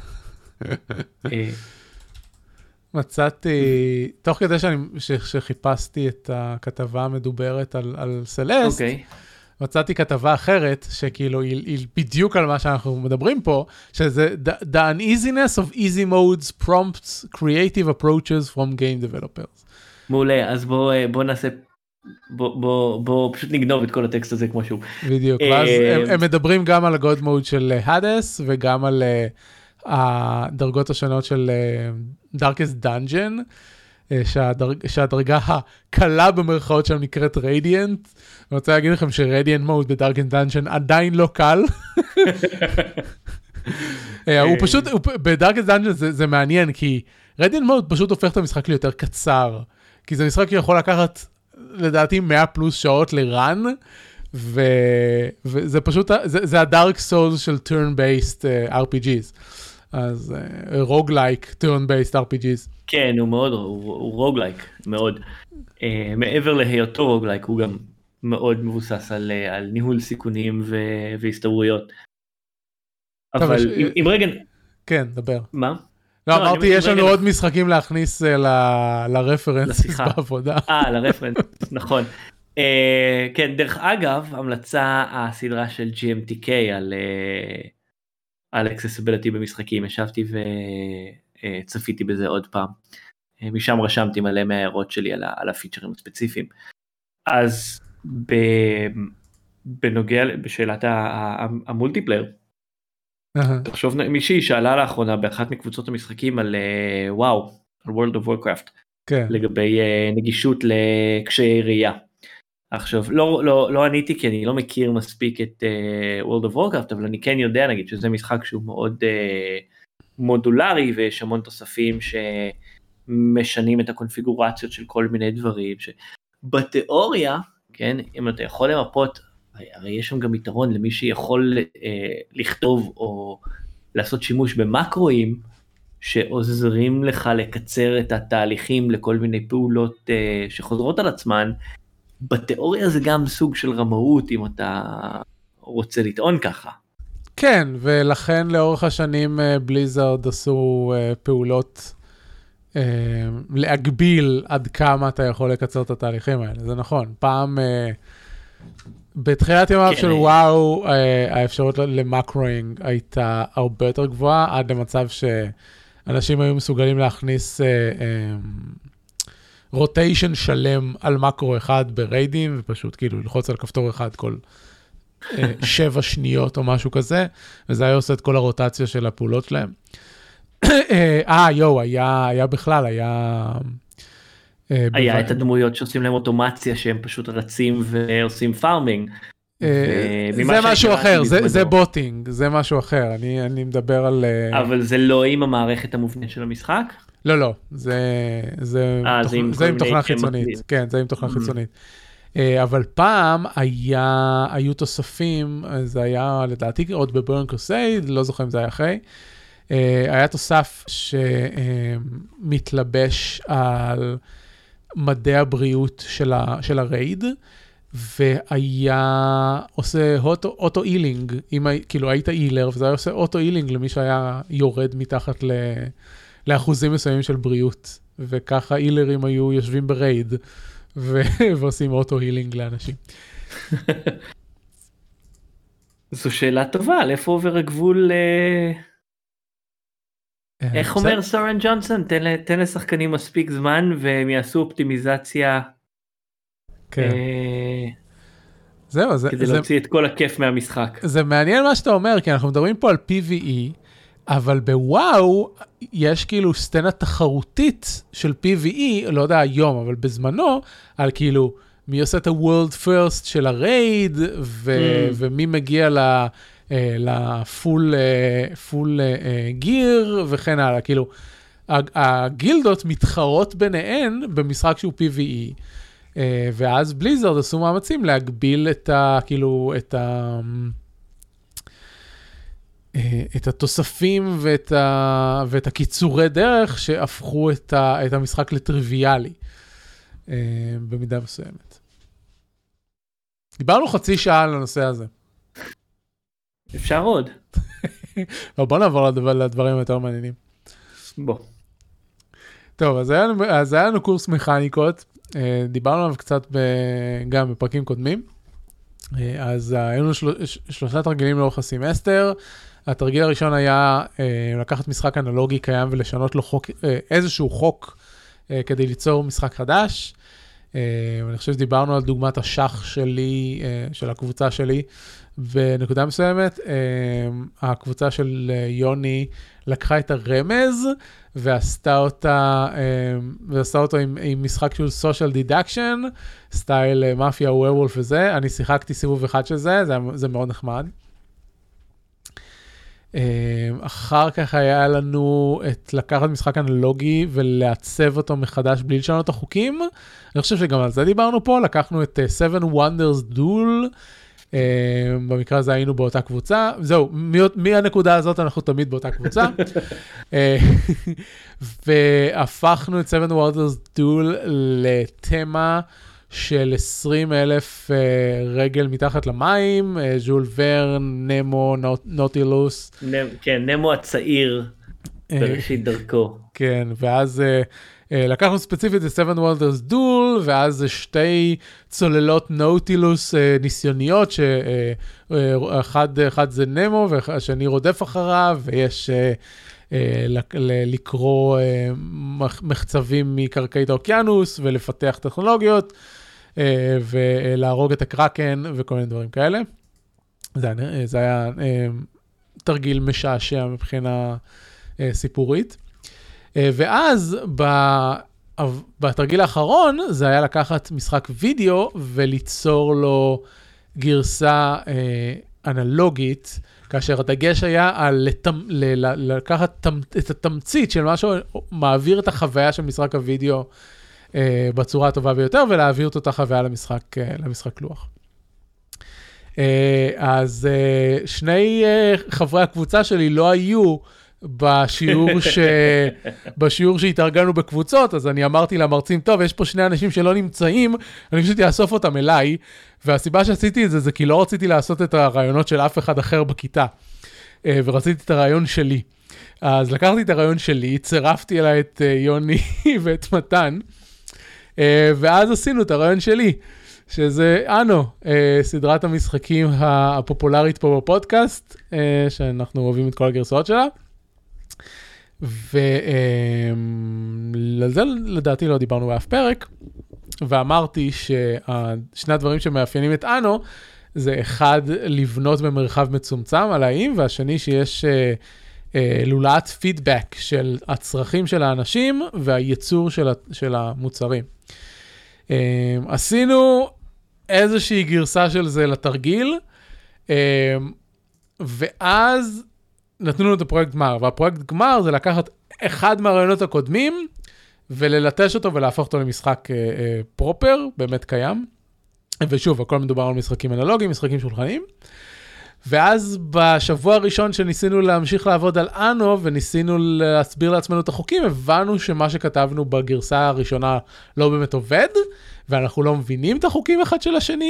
מצאתי, תוך כדי שחיפשתי את הכתבה המדוברת על סלסט, מצאתי כתבה אחרת, שכאילו היא בדיוק על מה שאנחנו מדברים פה, שזה The uneasiness of easy modes prompts creative approaches from game developers. מעולה, אז בוא נעשה, בוא פשוט נגנוב את כל הטקסט הזה כמו שהוא. בדיוק, ואז הם מדברים גם על הגוד מוד של הדס, וגם על הדרגות השונות של Darkest Dungeon, שהדרגה הקלה במרכאות שם נקראת Radiant. אני רוצה להגיד לכם ש-Radiant מוד ב-Darkest Dungeon עדיין לא קל. הוא פשוט, ב-Darkest Dungeon זה מעניין, כי Radiant מוד פשוט הופך את המשחק ליותר קצר, כי זה משחק שיכול לקחת, לדעתי, 100 פלוס שעות לרן, וזה פשוט, זה ה-Dark Souls של turn-based RPGs. אז roguelike, turn-based RPGs. כן, הוא מאוד, הוא roguelike, מאוד. מעבר להיותו roguelike, הוא גם מאוד מבוסס על ניהול סיכונים והסתברויות. אבל אם רגע... כן, דבר. מה? לא, אמרתי, יש לנו עוד משחקים להכניס לרפרנס בעבודה. לרפרנס, נכון. כן, דרך אגב, המלצה הסדרה של GMTK על accessibility במשחקים, ישבתי וצפיתי בזה עוד פעם. משם רשמתי מלא מההערות שלי על הפיצ'רים הספציפיים. אז בנוגע בשאלת המולטיפלייר, תחשוב, מישהי שאלה לאחרונה באחת מקבוצות המשחקים על וואו, על World of Warcraft, לגבי נגישות לקשיי ראייה. עכשיו, לא עניתי כי אני לא מכיר מספיק את World of Warcraft, אבל אני כן יודע, נגיד, שזה משחק שהוא מאוד מודולרי, ויש המון תוספים שמשנים את הקונפיגורציות של כל מיני דברים, שבתיאוריה, כן, אם אתה יכול למפות, הרי יש שם גם יתרון למי שיכול לכתוב או לעשות שימוש במקרואים, שעוזרים לך לקצר את התהליכים לכל מיני פעולות שחוזרות על עצמן. בתיאוריה זה גם סוג של רמאות, אם אתה רוצה לטעון ככה. כן, ולכן לאורך השנים בליזארד עשו פעולות להגביל עד כמה אתה יכול לקצר את התהליכים האלה, זה נכון. פעם, בתחילת ימיו של וואו, האפשרות למקרוינג הייתה הרבה יותר גבוהה, עד למצב שאנשים היו מסוגלים להכניס רוטיישן שלם על מקרו אחד בריידים, ופשוט כאילו ללחוץ על כפתור אחד כל 7 שניות או משהו כזה, וזה היה עושה את כל הרוטציה של הפעולות שלהם. היה בכלל, היה את הדמויות שעושים להם אוטומציה, שהם פשוט רצים ועושים פארמינג. זה משהו אחר, זה בוטינג, זה משהו אחר, אני מדבר על... אבל זה לא עם המערכת המובנית של המשחק? לא, זה עם תוכנה חיצונית, כן, זה עם תוכנה חיצונית. אבל פעם היו תוספים, זה היה לדעתי עוד בברן קרוסייד, לא זוכר אם זה היה אחרי, היה תוסף שמתלבש על מדעי הבריאות של הרייד, והיה עושה אוטו-אילינג, כאילו היית אילר, וזה היה עושה אוטו-אילינג למי שהיה יורד מתחת לאחוזים מסוימים של בריאות, וככה אילרים היו יושבים ברייד, ועושים אוטו-הילינג לאנשים. זו שאלה טובה, על איפה עובר הגבול... איך אומר סורן ג'ונסון? תן לשחקנים מספיק זמן, והם יעשו אופטימיזציה... זהו, כדי להוציא את כל הכיף מהמשחק. זה מעניין מה שאתה אומר, כי אנחנו מדברים פה על PvE, אבל בוואו יש כאילו סצנה תחרותית של PvE, לא יודע היום, אבל בזמנו, על כאילו מי עושה את ה-World First של הרייד, ומי מגיע לפול גיר, וכן הלאה. כאילו, הגילדות מתחרות ביניהן במשחק שהוא PvE, ואז בליזרד עשו מאמצים להגביל את התוספים ואת הקיצורי דרך שהפכו את המשחק לטריוויאלי במידה מסוימת. דיברנו חצי שעה על הנושא הזה. אפשר עוד. בוא נעבור לדברים יותר מעניינים. בוא. טוב, אז היה לנו קורס מכניקות, דיברנו עליו קצת גם בפרקים קודמים, אז היינו 3 תרגילים לאורך הסמסטר. התרגיל הראשון היה לקחת משחק אנלוגי קיים ולשנות לו איזשהו חוק כדי ליצור משחק חדש. אני חושב שדיברנו על דוגמת השח שלי, של הקבוצה שלי, בנקודה מסוימת, הקבוצה של יוני לקחה את הרמז, ועשתה אותו עם משחק של social deduction, סטייל מאפיה, ווירולף וזה. אני שיחקתי סיבוב אחד של זה מאוד נחמד. אחר כך היה לנו לקחת משחק אנלוגי ולעצב אותו מחדש בלי לשנות את החוקים. אני חושב שגם על זה דיברנו פה, לקחנו את Seven Wonders Duel, במקרה הזה היינו באותה קבוצה, זהו, מהנקודה הזאת אנחנו תמיד באותה קבוצה, והפכנו את Seven Wonders Duel לתמה של 20,000 רגל מתחת למים, ז'ול ורן, נמו, נוטילוס. כן, נמו הצעיר בראשית דרכו. כן, ואז לקחנו ספציפית את Seven Wonders Duel, ואז זה שתי צוללות נאוטילוס ניסיוניות, שאחד זה נמו, והשני רודף אחריו, ויש לקרוא מחצבים מקרקעית האוקיינוס, ולפתח טכנולוגיות, ולהרוג את הקרקן, וכל מיני דברים כאלה. זה היה תרגיל משעשע מבחינה סיפורית. ואז בתרגיל האחרון זה היה לקחת משחק וידאו וליצור לו גרסה אנלוגית, כאשר הדגש היה על לקחת את התמצית של משהו, מעביר את החוויה של משחק הוידאו בצורה הטובה ביותר, ולהעביר את אותה חוויה למשחק לוח. אז שני חברי הקבוצה שלי לא היו בשיעור שהתארגנו בקבוצות, אז אני אמרתי למרצים, טוב, יש פה שני אנשים שלא נמצאים, אני פשוט אאסוף אותם אליי, והסיבה שעשיתי את זה, זה כי לא רציתי לעשות את הרעיונות של אף אחד אחר בכיתה, ורציתי את הרעיון שלי. אז לקחתי את הרעיון שלי, צירפתי אליי את יוני ואת מתן, ואז עשינו את הרעיון שלי, שזה אנו, סדרת המשחקים הפופולרית פה בפודקאסט, שאנחנו אוהבים את כל הגרסאות שלה, ולזה לדעתי לא דיברנו באף פרק, ואמרתי ששני הדברים שמאפיינים את אנו, זה אחד, לבנות במרחב מצומצם על האיים, והשני שיש לולאת פידבק של הצרכים של האנשים, והייצור של המוצרים. עשינו איזושהי גרסה של זה לתרגיל, ואז נתנו לנו את הפרויקט גמר, והפרויקט גמר זה לקחת אחד מהרעיונות הקודמים, וללטש אותו ולהפוך אותו למשחק פרופר, באמת קיים. ושוב, הכל מדובר על משחקים אנלוגיים, משחקים שולחניים. ואז בשבוע הראשון שניסינו להמשיך לעבוד על אנו, וניסינו להסביר לעצמנו את החוקים, הבנו שמה שכתבנו בגרסה הראשונה לא באמת עובד, ואנחנו לא מבינים את החוקים אחד של השני.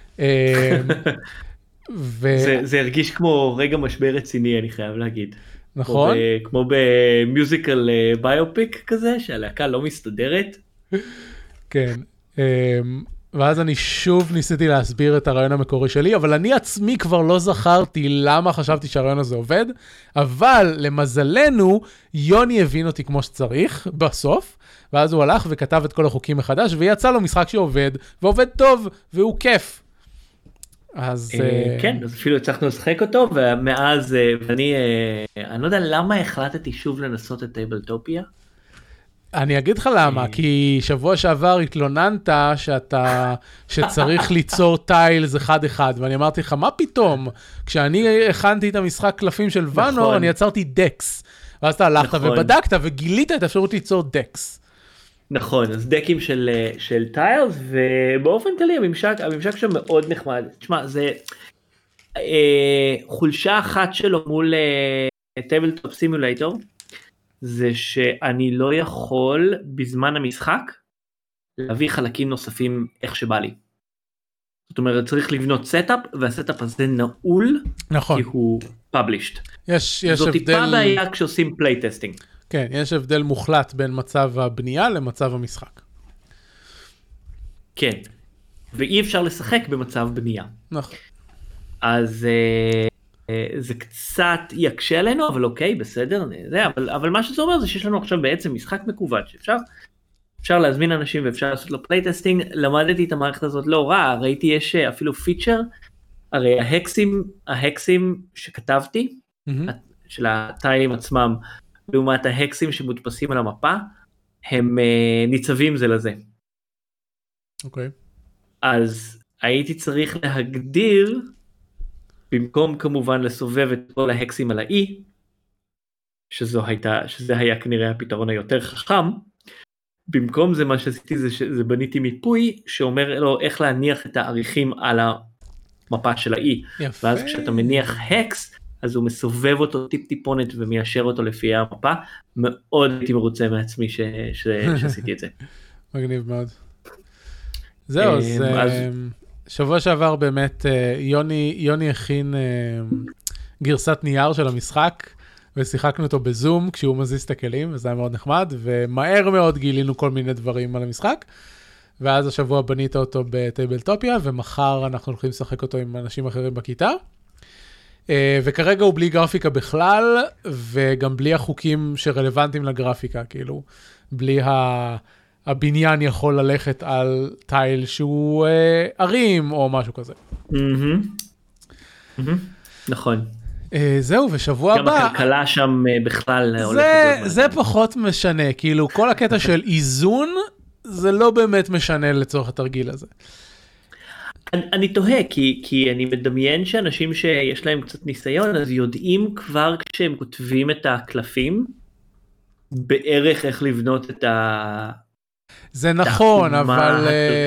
זה הרגיש כמו רגע משבר רציני, אני חייב להגיד. נכון. כמו במיוזיקל ביופיק כזה, שהלהקה לא מסתדרת. כן. ואז אני שוב ניסיתי להסביר את הרעיון המקורי שלי, אבל אני עצמי כבר לא זכרתי למה חשבתי שהרעיון הזה עובד, אבל למזלנו, יוני הבין אותי כמו שצריך בסוף, ואז הוא הלך וכתב את כל החוקים מחדש, ויצא לו משחק שעובד, ועובד טוב, והוא כיף. אז כן, אז אפילו הצלחנו לשחק אותו, ומאז, ואני לא יודע למה החלטתי שוב לנסות את טייבלטופיה. אני אגיד לך למה, כי שבוע שעבר התלוננת שצריך ליצור טיילס אחד-אחד, ואני אמרתי לך, מה פתאום? כשאני הכנתי את המשחק קלפים של ואנו, אני יצרתי דקס, ואז אתה הלכת ובדקת וגילית את האפשרות ליצור דקס. נכון, אז דקים של טיילס, ובאופן כללי הממשק שם מאוד נחמד. תשמע, זה חולשה אחת שלו מול טייבלטופ סימולייטור, זה שאני לא יכול בזמן המשחק להביא חלקים נוספים איך שבא לי. זאת אומרת, צריך לבנות סטאפ, והסטאפ הזה נעול, נכון. כי הוא published. יש זאת הבדל... טיפה בעיה כשעושים פלייטסטינג. כן, יש הבדל מוחלט בין מצב הבנייה למצב המשחק. כן, ואי אפשר לשחק במצב בנייה. נכון. אז זה קצת יקשה עלינו, אבל אוקיי, בסדר, אבל מה שזה אומר זה שיש לנו עכשיו בעצם משחק מקוון, שאפשר להזמין אנשים ואפשר לעשות לו פלייטסטינג. למדתי את המערכת הזאת לא רע, ראיתי יש אפילו פיצ'ר, הרי ההקסים שכתבתי, של הטיילים עצמם, לעומת ההקסים שמודפסים על המפה, הם ניצבים זה לזה. אוקיי. אז הייתי צריך להגדיר, במקום כמובן לסובב את כל ההקסים על האי, שזה היה כנראה הפתרון היותר חכם, במקום זה מה שעשיתי זה בניתי מיפוי, שאומר לו איך להניח את העריכים על המפה של האי. יפה. ואז כשאתה מניח הקס, אז הוא מסובב אותו טיפ טיפונת ומיישר אותו לפי המפה. מאוד הייתי מרוצה מעצמי שעשיתי את זה. מגניב מאוד. זהו, אז שבוע שעבר באמת יוני הכין גרסת נייר של המשחק, ושיחקנו אותו בזום כשהוא מזיז את הכלים, וזה היה מאוד נחמד, ומהר מאוד גילינו כל מיני דברים על המשחק, ואז השבוע בנית אותו בטייבלטופיה, ומחר אנחנו הולכים לשחק אותו עם אנשים אחרים בכיתה, וכרגע הוא בלי גרפיקה בכלל, וגם בלי החוקים שרלוונטיים לגרפיקה, כאילו, בלי הבניין יכול ללכת על טייל שהוא ערים או משהו כזה. נכון. זהו, ושבוע הבא... גם הכלכלה שם בכלל הולכת... זה פחות משנה, כאילו כל הקטע של איזון, זה לא באמת משנה לצורך התרגיל הזה. אני תוהה, כי אני מדמיין שאנשים שיש להם קצת ניסיון, אז יודעים כבר כשהם כותבים את הקלפים, בערך איך לבנות את זה נכון, אבל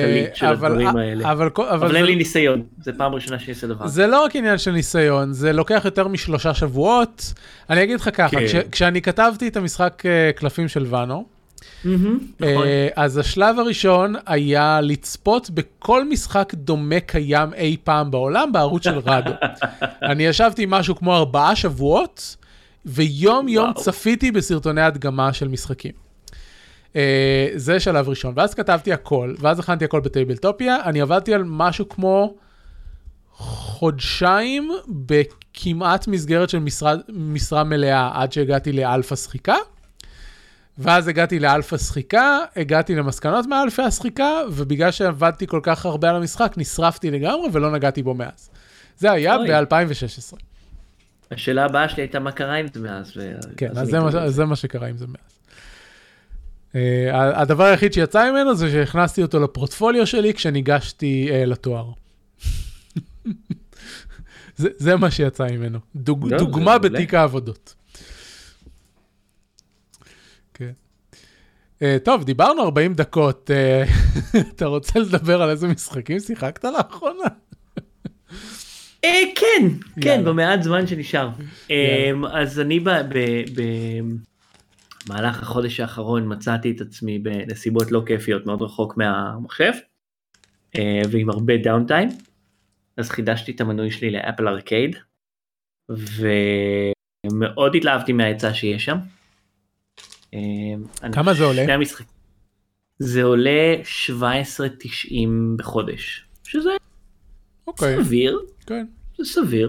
אין לי ניסיון, זה פעם ראשונה שאני עושה דבר. זה לא רק עניין של ניסיון, זה לוקח יותר מ3 שבועות. אני אגיד לך ככה, כשאני כתבתי את המשחק קלפים של ואנו, אז השלב הראשון היה לצפות בכל משחק דומה קיים אי פעם בעולם בערוץ של רדו. אני ישבתי משהו כמו 4 שבועות, ויום יום צפיתי בסרטוני הדגמה של משחקים. זה שלב ראשון, ואז כתבתי הכל, ואז הכנתי הכל בטייבלטופיה, אני עבדתי על משהו כמו חודשיים בכמעט מסגרת של משרה מלאה, עד שהגעתי לאלפא שחיקה, ואז הגעתי לאלפא שחיקה, הגעתי למסקנות מאלפא השחיקה, ובגלל שעבדתי כל כך הרבה על המשחק, נשרפתי לגמרי ולא נגעתי בו מאז. זה היה ב-2016. השאלה הבאה שלי הייתה מה קרה עם זה מאז. כן, אז זה מה שקרה עם זה מאז. הדבר היחיד שיצא ממנו זה שהכנסתי אותו לפורטפוליו שלי כשניגשתי לתואר. זה מה שיצא ממנו. דוגמה בתיק העבודות. טוב, דיברנו 40 דקות. אתה רוצה לדבר על איזה משחקים שיחקת לאחרונה? כן, במעט זמן שנשאר. אז אני במהלך החודש האחרון מצאתי את עצמי בנסיבות לא כיפיות, מאוד רחוק מהמחשב, ועם הרבה דאונטיים, אז חידשתי את המנוי שלי לאפל ארקייד, ומאוד התלהבתי מההצעה שיש שם. כמה זה עולה? זה עולה $17.90 בחודש, שזה סביר, זה סביר.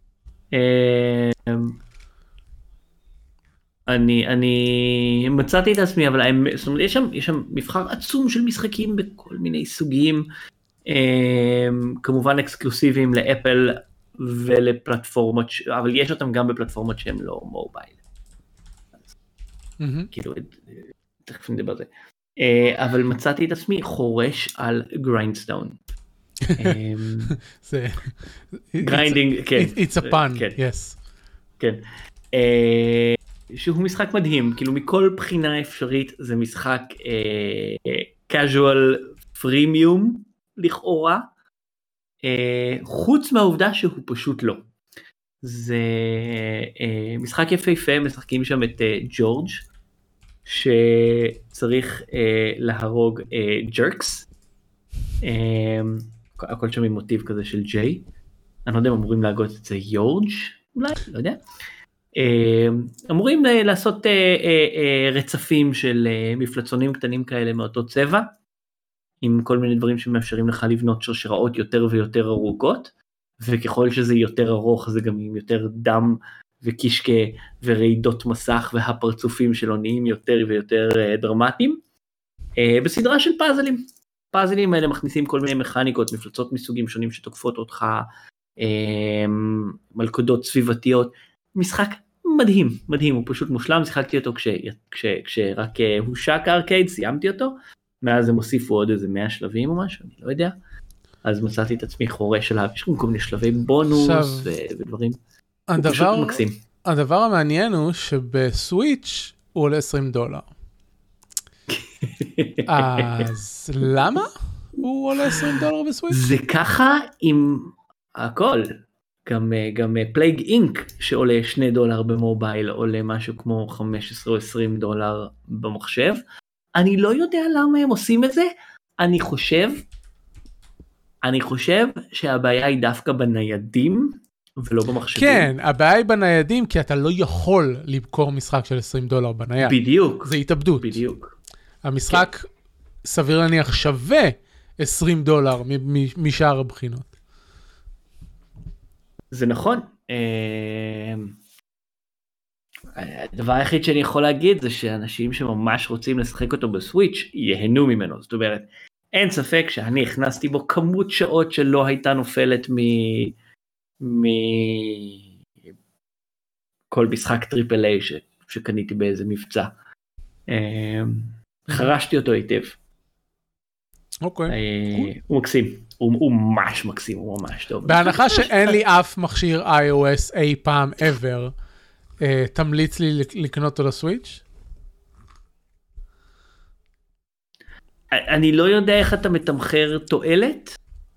אני מצאתי את עצמי, אבל זאת אומרת, יש שם מבחר עצום של משחקים בכל מיני סוגים, כמובן אקסקלוסיביים לאפל ולפלטפורמות, אבל יש אותם גם בפלטפורמות שהן לא מובייל. כאילו, תכף נדבר על זה. אבל מצאתי את עצמי חורש על גריינדסטון. גריינדינג, כן. It's a pun, yes. כן. שהוא משחק מדהים, כאילו מכל בחינה אפשרית זה משחק casual freemium לכאורה, חוץ מהעובדה שהוא פשוט לא. זה משחק יפהפה, משחקים שם את ג'ורג' שצריך להרוג ג'רקס, הכל שם עם מוטיב כזה של ג'יי, אני לא יודע אם אמורים להגות את זה יורג' אולי, לא יודע. אמורים לעשות רצפים של מפלצונים קטנים כאלה מאותו צבע, עם כל מיני דברים שמאפשרים לך לבנות שרשראות יותר ויותר ארוכות, וככל שזה יותר ארוך זה גם עם יותר דם וקישקה ורעידות מסך, והפרצופים שלו נהיים יותר ויותר דרמטיים, בסדרה של פאזלים. פאזלים האלה מכניסים כל מיני מכניקות, מפלצות מסוגים שונים שתוקפות אותך, מלכודות סביבתיות, משחק מדהים, מדהים, הוא פשוט מושלם, שיחקתי אותו כשרק הושק הארקייד, סיימתי אותו, מאז הם הוסיפו עוד איזה 100 שלבים או משהו, אני לא יודע, אז מצאתי את עצמי חורש עליו, יש כל מיני שלבי בונוס ודברים, הוא פשוט מקסים. הדבר המעניין הוא שבסוויץ' הוא עולה $20. אז למה הוא עולה $20 בסוויץ'? זה ככה עם הכל. גם פלייג אינק שעולה $2 במובייל, עולה משהו כמו $15 או $20 במחשב. אני לא יודע למה הם עושים את זה, אני חושב שהבעיה היא דווקא בניידים, ולא במחשבים. כן, הבעיה היא בניידים, כי אתה לא יכול למכור משחק של $20 בנייד. בדיוק. זה התאבדות. בדיוק. המשחק סביר להניח שווה $20 משאר הבחינות. זה נכון. הדבר היחיד שאני יכול להגיד זה שאנשים שממש רוצים לשחק אותו בסוויץ' ייהנו ממנו. זאת אומרת, אין ספק שאני הכנסתי בו כמות שעות שלא הייתה נופלת כל משחק טריפל איי שקניתי באיזה מבצע. חרשתי אותו היטב. אוקיי. הוא מקסים, הוא ממש מקסים, הוא ממש טוב. בהנחה שאין לי אף מכשיר iOS אי פעם ever, תמליץ לי לקנות אותו לסוויץ'? אני לא יודע איך אתה מתמחר תועלת.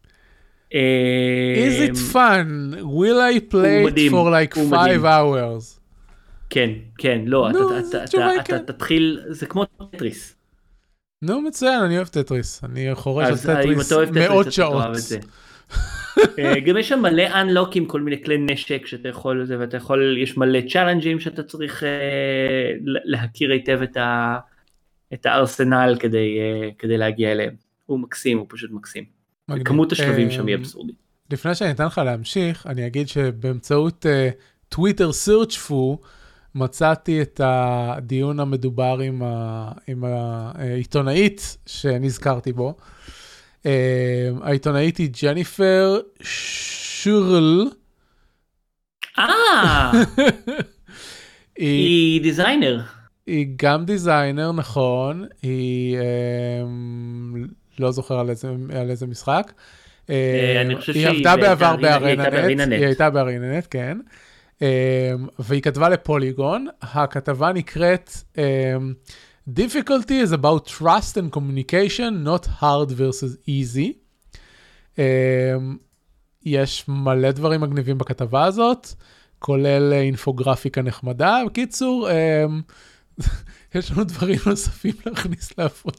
Is it fun? Will I play it for like 5 hours? כן, כן, לא, אתה תתחיל, זה כמו טטריס. נו, מצוין, אני אוהב טטריס. אני חורש על טטריס מאות שעות. גם יש שם מלא אנלוקים, כל מיני כלי נשק שאתה יכול, ואתה יכול, יש מלא צ'אלנג'ים שאתה צריך להכיר היטב את הארסנל כדי להגיע אליהם. הוא מקסים, הוא פשוט מקסים. כמות השלבים שם היא אבסורדית. לפני שאני אתן לך להמשיך, אני אגיד שבאמצעות טוויטר סרצ'פו, מצאתי את הדיון המדובר עם העיתונאית שנזכרתי בו. העיתונאית היא ג'ניפר שורל. היא דיזיינר. היא גם דיזיינר, נכון. היא לא זוכר על איזה משחק. היא עבדה בעבר בארננט. היא הייתה בארננט, כן. והיא כתבה לפוליגון. הכתבה נקראת Difficulty is about trust and communication, not hard versus easy. יש מלא דברים מגניבים בכתבה הזאת, כולל אינפוגרפיקה נחמדה. בקיצור, יש לנו דברים נוספים להכניס לעבודה.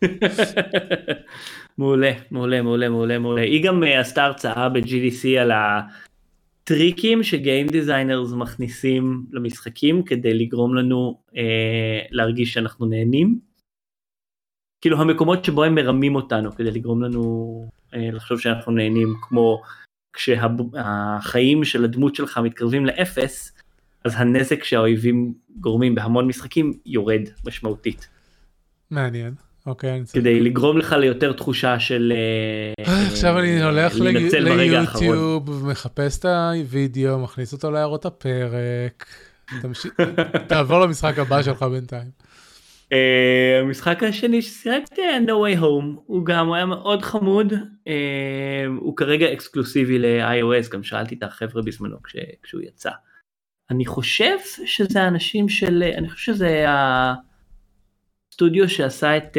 מעולה, מעולה, מעולה, מעולה, מעולה. היא גם עשתה הרצאה ב-GDC על הטריקים שגיים דיזיינרס מכניסים למשחקים כדי לגרום לנו להרגיש שאנחנו נהנים. כאילו המקומות שבו הם מרמים אותנו כדי לגרום לנו לחשוב שאנחנו נהנים, כמו כשהחיים של הדמות שלך מתקרבים לאפס, אז הנזק שהאויבים גורמים בהמון משחקים יורד משמעותית. מעניין. אוקיי. כדי לגרום לך ליותר תחושה של עכשיו אני הולך ליוטיוב ומחפש את הוידאו, מכניס אותו להערות הפרק. תעבור למשחק הבא שלך בינתיים. המשחק השני ששיחקתי, No Way Home, הוא גם היה מאוד חמוד, הוא כרגע אקסקלוסיבי ל-iOS, גם שאלתי את החבר'ה בזמנו כשהוא יצא. אני חושב שזה אנשים של, אני חושב שזה הסטודיו שעשה את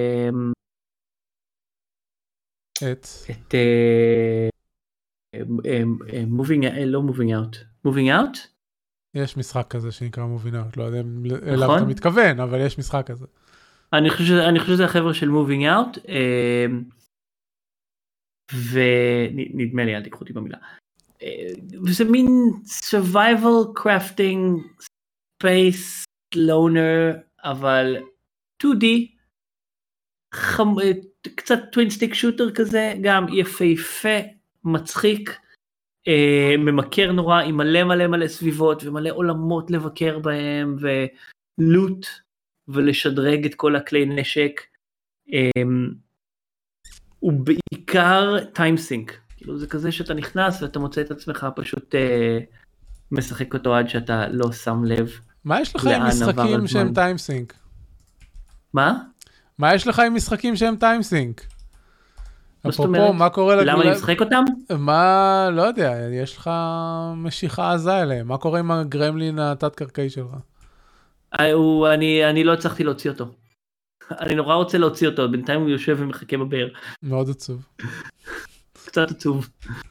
Moving Out? יש משחק כזה שנקרא Moving Out, לא יודע אם אליו אתה מתכוון, אבל יש משחק כזה. אני חושב שזה החבר'ה של Moving Out, ונדמה לי, אל תיקחו אותי במילה. וזה מין survival crafting space loner, אבל 2D, קצת טווין סטיק שוטר כזה, גם יפהפה, מצחיק, ממכר נורא, עם מלא מלא מלא סביבות, ומלא עולמות לבקר בהם, ולוט, ולשדרג את כל הכלי נשק. הוא בעיקר טיימסינק, כאילו זה כזה שאתה נכנס, ואתה מוצא את עצמך פשוט משחק אותו עד שאתה לא שם לב. מה יש לך עם משחקים שהם טיימסינק? מה? מה יש לך עם משחקים שהם טיימסינק? אפרופו, מה קורה... למה אני משחק אותם? מה, לא יודע, יש לך משיכה עזה אליהם. מה קורה עם הגרמלין התת-קרקעי שלך? אני לא הצלחתי להוציא אותו. אני נורא רוצה להוציא אותו, בינתיים הוא יושב ומחכה בבאר. מאוד עצוב. קצת עצוב.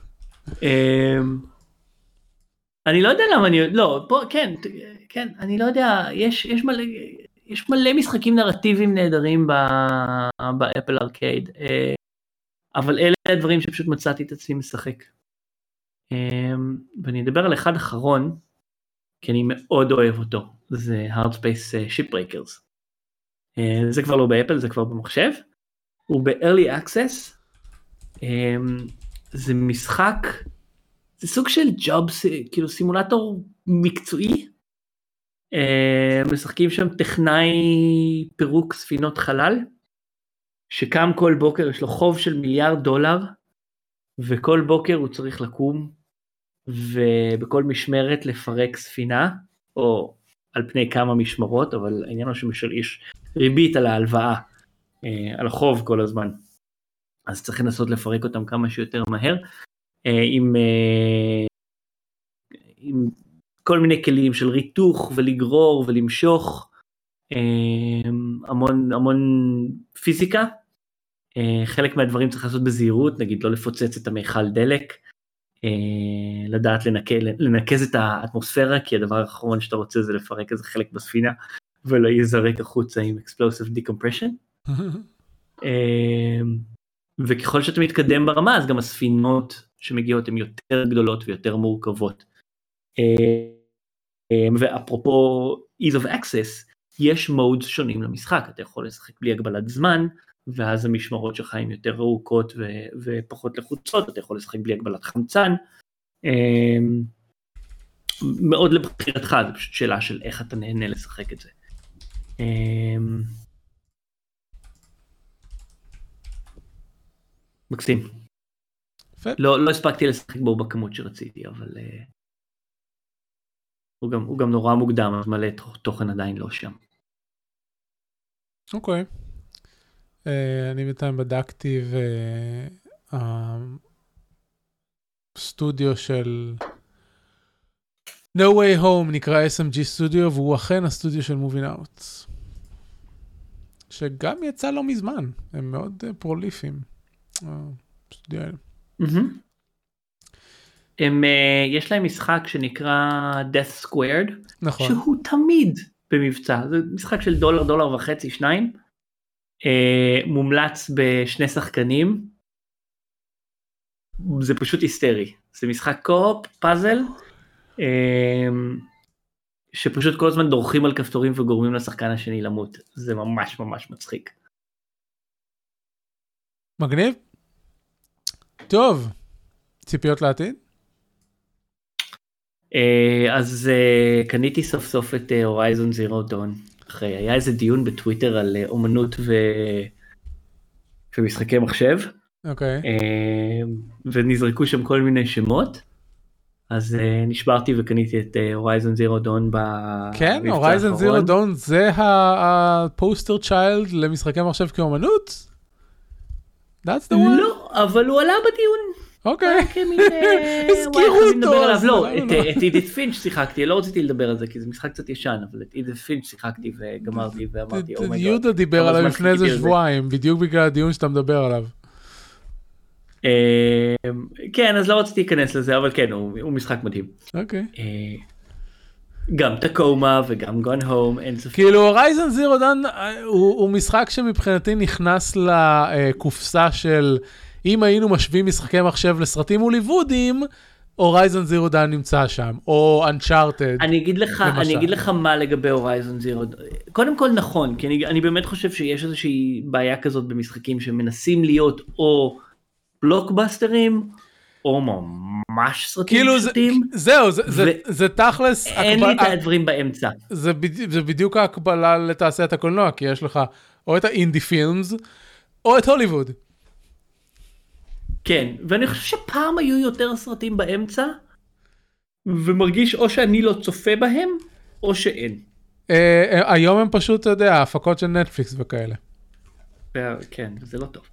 אני לא יודע למה אני... לא, פה, כן, אני לא יודע, יש מלא משחקים נרטיביים נהדרים באפל ארקייד. אבל אלה הדברים שפשוט מצאתי את עצמי משחק. ואני אדבר על אחד אחרון, כי אני מאוד אוהב אותו, זה Hardspace Shipbreakers. זה כבר לא באפל, זה כבר במחשב, הוא ב-Early Access, זה משחק, זה סוג של ג'ובס, כאילו סימולטור מקצועי, משחקים שם טכנאי פירוק ספינות חלל, שקם כל בוקר, יש לו חוב של $1 מיליארד, וכל בוקר הוא צריך לקום, ובכל משמרת לפרק ספינה, או על פני כמה משמרות, אבל העניין הוא יש ריבית על ההלוואה, על החוב כל הזמן, אז צריך לנסות לפרק אותם כמה שיותר מהר, עם כל מיני כלים של ריתוך ולגרור ולמשוך, המון פיזיקה, חלק מהדברים צריך לעשות בזהירות, נגיד לא לפוצץ את המיכל דלק, לדעת לנקז את האטמוספירה, כי הדבר האחרון שאתה רוצה זה לפרק איזה חלק בספינה, ולא יזרק החוצה עם explosive decompression. וככל שאתה מתקדם ברמה, אז גם הספינות שמגיעות הן יותר גדולות ויותר מורכבות. ואפרופו ease of access, יש מודס שונים למשחק, אתה יכול לשחק בלי הגבלת זמן, ואז המשמרות שלך הן יותר ארוכות ופחות לחוצות, אתה יכול לשחק בלי הגבלת חמצן, מאוד לבחירתך, זו פשוט שאלה של איך אתה נהנה לשחק את זה. מקסים. לא הספקתי לשחק בו בכמות שרציתי, אבל הוא גם נורא מוקדם, אז מלא תוכן עדיין לא שם. אוקיי. אני בינתיים בדקתי והסטודיו של No Way Home נקרא SMG Studio, והוא אכן הסטודיו של Moving Out. שגם יצא לא מזמן, הם מאוד פרוליפים. הסטודיו האלה. יש להם משחק שנקרא Death Squared, נכון. שהוא תמיד במבצע, זה משחק של $1, $1.50, $2, מומלץ בשני שחקנים, זה פשוט היסטרי, זה משחק קו-אופ, פאזל, שפשוט כל הזמן דורכים על כפתורים וגורמים לשחקן השני למות, זה ממש ממש מצחיק. מגניב. טוב, ציפיות לעתיד? אז קניתי סוף סוף את הורייזון זירו דון, אחרי היה איזה דיון בטוויטר על אומנות ומשחקי מחשב, אוקיי. ונזרקו שם כל מיני שמות, אז נשברתי וקניתי את הורייזון זירו דון במבצע האחרון. כן, הורייזון זירו דון זה הפוסטר צ'יילד למשחקי מחשב כאומנות? That's the one? לא, אבל הוא עלה בדיון. אוקיי. הזכירו אותו. לא, את אידית פינץ' שיחקתי, לא רציתי לדבר על זה, כי זה משחק קצת ישן, אבל את אידית פינץ' שיחקתי וגמרתי ואמרתי, אומייגאד. יהודה דיבר עליו לפני איזה שבועיים, בדיוק בגלל הדיון שאתה מדבר עליו. כן, אז לא רציתי להיכנס לזה, אבל כן, הוא משחק מדהים. אוקיי. גם טקומה וגם גון הום. כאילו הורייזון זירו דון הוא משחק שמבחינתי נכנס לקופסה של אם היינו משווים משחקי מחשב לסרטים הוליוודיים, הורייזון זירו דון נמצא שם, או אנצ'ארטד. אני אגיד לך מה לגבי הורייזון זירו דון. קודם כל נכון, כי אני באמת חושב שיש איזושהי בעיה כזאת במשחקים שמנסים להיות או בלוקבאסטרים, או ממש סרטים פשוטים. זהו, זה תכלס... אין לי את הדברים באמצע. זה בדיוק ההקבלה לתעשיית הקולנוע, כי יש לך או את האינדי פילמס, או את הוליווד. כן, ואני חושב שפעם היו יותר סרטים באמצע, ומרגיש או שאני לא צופה בהם, או שאין. היום הם פשוט, אתה יודע, ההפקות של נטפליקס וכאלה. כן, זה לא טוב.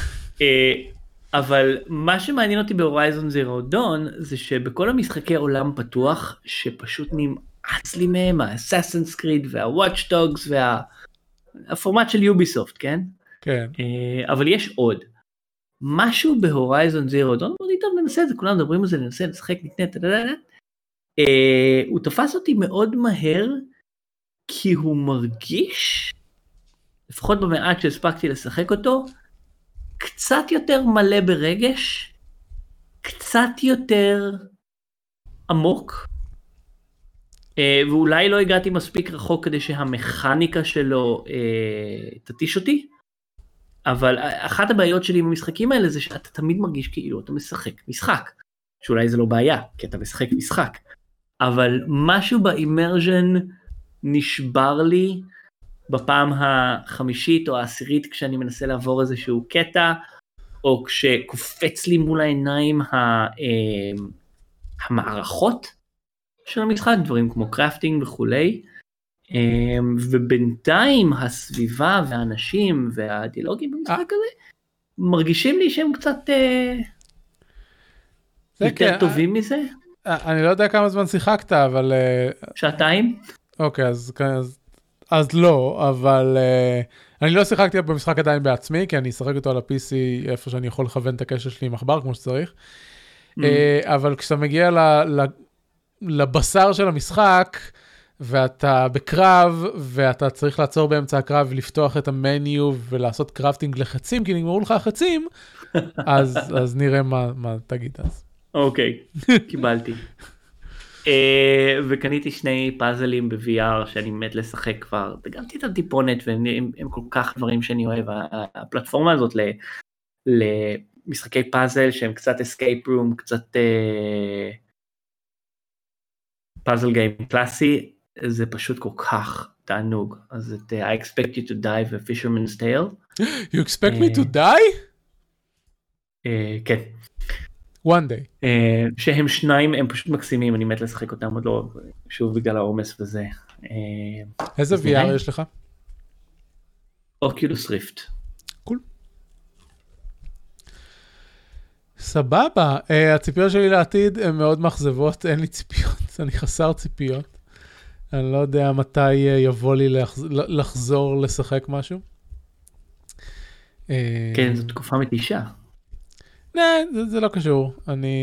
אבל מה שמעניין אותי בהורייזון זירו דון, זה שבכל המשחקי עולם פתוח, שפשוט נמאס לי מהם, ה-Assassin's Creed וה-Watch Dogs והפורמט של יוביסופט, כן? כן. אבל יש עוד. משהו בהורייזון זירו דון, אמרתי, טוב, ננסה את זה, כולם מדברים על זה, ננסה לשחק, הוא תפס אותי מאוד מהר, כי הוא מרגיש, לפחות במעט שהספקתי לשחק אותו, קצת יותר מלא ברגש, קצת יותר עמוק, ואולי לא הגעתי מספיק רחוק כדי שהמכניקה שלו תטיש אותי, אבל אחת הבעיות שלי עם המשחקים האלה זה שאתה תמיד מרגיש כאילו אתה משחק משחק, שאולי זה לא בעיה, כי אתה משחק משחק, אבל משהו באימרז'ן נשבר לי בפעם החמישית או העשירית כשאני מנסה לעבור איזשהו קטע, או כשקופץ לי מול העיניים המערכות של המשחק, דברים כמו קראפטינג וכולי, ובינתיים הסביבה והאנשים והדיאלוגים במשחק הזה, מרגישים לי שהם קצת יותר טובים מזה. אני לא יודע כמה זמן שיחקת, אבל... שעתיים? אוקיי, אז לא, אבל אני לא שיחקתי במשחק עדיין בעצמי, כי אני אשחק אותו על ה-PC איפה שאני יכול לכוון את הקשר שלי עם עכבר כמו שצריך, אבל כשאתה מגיע לבשר של המשחק, ואתה בקרב, ואתה צריך לעצור באמצע הקרב, ולפתוח את המניו, ולעשות קראפטינג לחצים, כי נגמרו לך החצים, אז נראה מה תגיד אז. אוקיי, קיבלתי. וקניתי שני פאזלים ב-VR שאני מת לשחק כבר, דגמתי את הטיפונת והם כל כך דברים שאני אוהב, הפלטפורמה הזאת למשחקי פאזל שהם קצת escape room, קצת פאזל גיים קלאסי, זה פשוט כל כך תענוג. אז את I expect you to die ו-Fisherman's Tale. You expect me to die? כן. One day. שהם שניים, הם פשוט מקסימים, אני מת לשחק אותם עוד לא, שוב בגלל העומס וזה. איזה VR יש לך? אוקולוס ריפט. קול. סבבה, הציפיות שלי לעתיד הן מאוד מאכזבות, אין לי ציפיות, אני חסר ציפיות. אני לא יודע מתי יבוא לי לחזור לשחק משהו. כן, זו תקופה מתישה. זה לא קשור,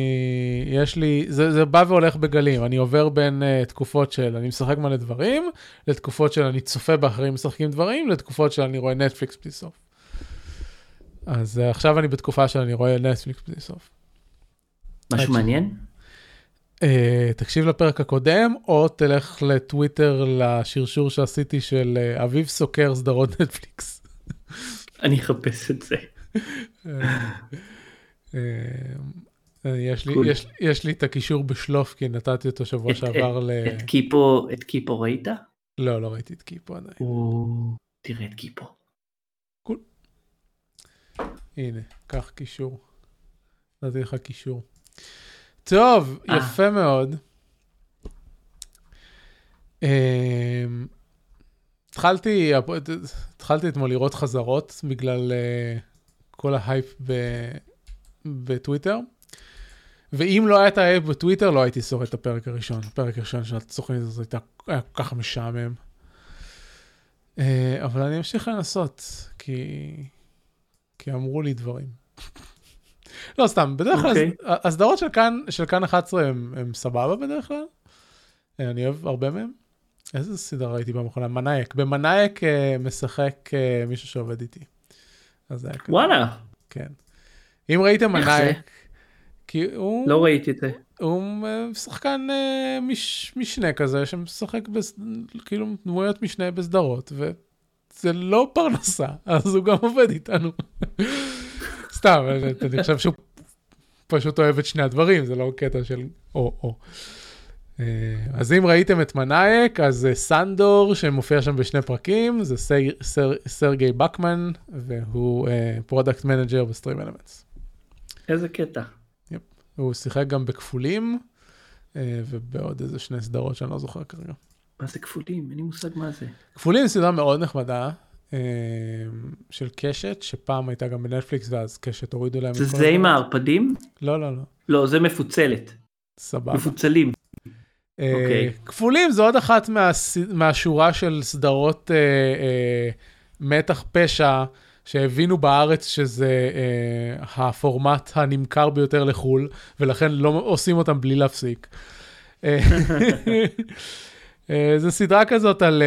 זה בא והולך בגלים, אני עובר בין תקופות של אני משחק מלא דברים, לתקופות של אני צופה באחרים משחקים דברים, לתקופות של אני רואה נטפליקס בלי סוף. אז עכשיו אני בתקופה של אני רואה נטפליקס בלי סוף. משהו מעניין? תקשיב לפרק הקודם, או תלך לטוויטר לשרשור שעשיתי של אביב סוקר סדרות נטפליקס. אני אחפש את זה. יש לי את הקישור בשלוף, כי נתתי אותו שבוע שעבר את קיפו ראית? לא ראיתי את קיפו עדיין. תראה את קיפו. קול. הנה, קח קישור. נתתי לך קישור. טוב, יפה מאוד. התחלתי אתמול לראות חזרות בגלל כל ההייפ בטוויטר, ואם לא הייתה הייפ בטוויטר, לא הייתי שורד את הפרק הראשון. הפרק הראשון של התוכנית הזאת היה ככה משעמם. אבל אני אמשיך לנסות, כי אמרו לי דברים. לא, סתם, בדרך כלל, הסדרות של כאן 11 הם סבבה בדרך כלל. אני אוהב הרבה מהם. איזה סדרה ראיתי במכונה? מנאייק. במנאייק משחק מישהו שעובד איתי. וואלה. כן. אם ראיתם מנאייק, כי הוא... לא ראיתי את זה. הוא שחקן משנה כזה, שמשחק כאילו דמויות משנה בסדרות, וזה לא פרנסה, אז הוא גם עובד איתנו. סתם, אני חושב שהוא פשוט אוהב את שני הדברים, זה לא קטע של או. אז אם ראיתם את מנאייק, אז סנדור שמופיע שם בשני פרקים, זה סרגי בקמן, והוא פרודקט מנג'ר בסטרים אלמנטס. איזה קטע. הוא שיחק גם בכפולים, ובעוד איזה שני סדרות שאני לא זוכר כרגע. מה זה כפולים? אין לי מושג מה זה. כפולים סדרה מאוד נחמדה, של קשת, שפעם הייתה גם בנטפליקס, ואז קשת הורידו להם. זה עם הערפדים? לא. לא, זה מפוצלת. סבבה. מפוצלים. כפולים זו עוד אחת מהשורה של סדרות מתח פשע, שהבינו בארץ שזה הפורמט הנמכר ביותר לחול, ולכן לא עושים אותם בלי להפסיק. זו סדרה כזאת על...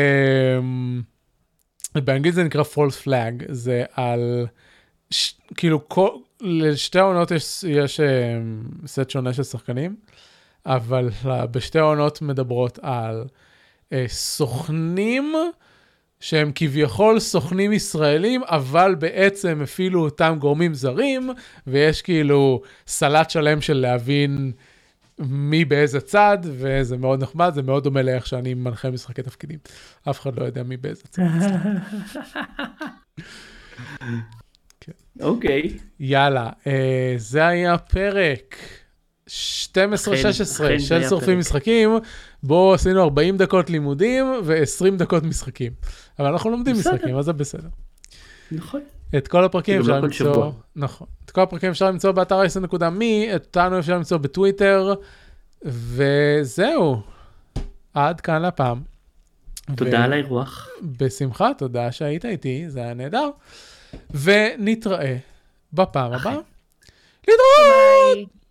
באנגלית זה נקרא false flag, זה על... כאילו לשתי העונות יש סט שונה של שחקנים, אבל בשתי העונות מדברות על סוכנים, שהם כביכול סוכנים ישראלים, אבל בעצם אפילו אותם גורמים זרים, ויש כאילו סלט שלם של להבין מי באיזה צד, וזה מאוד נחמד, זה מאוד דומה לאיך שאני מנחה משחקי תפקידים. אף אחד לא יודע מי באיזה צד. אוקיי. יאללה, זה היה פרק 12-16 של שורפים משחקים, בו עשינו 40 דקות לימודים ו-20 דקות משחקים. אבל אנחנו לומדים משחקים, אז זה בסדר. נכון. את כל הפרקים אפשר למצוא, נכון. את כל הפרקים אפשר למצוא באתר icen.me, אותנו אפשר למצוא בטוויטר, וזהו. עד כאן לפעם. תודה על האירוח. בשמחה, תודה שהיית איתי, זה היה נהדר. ונתראה בפעם הבאה. להתראות!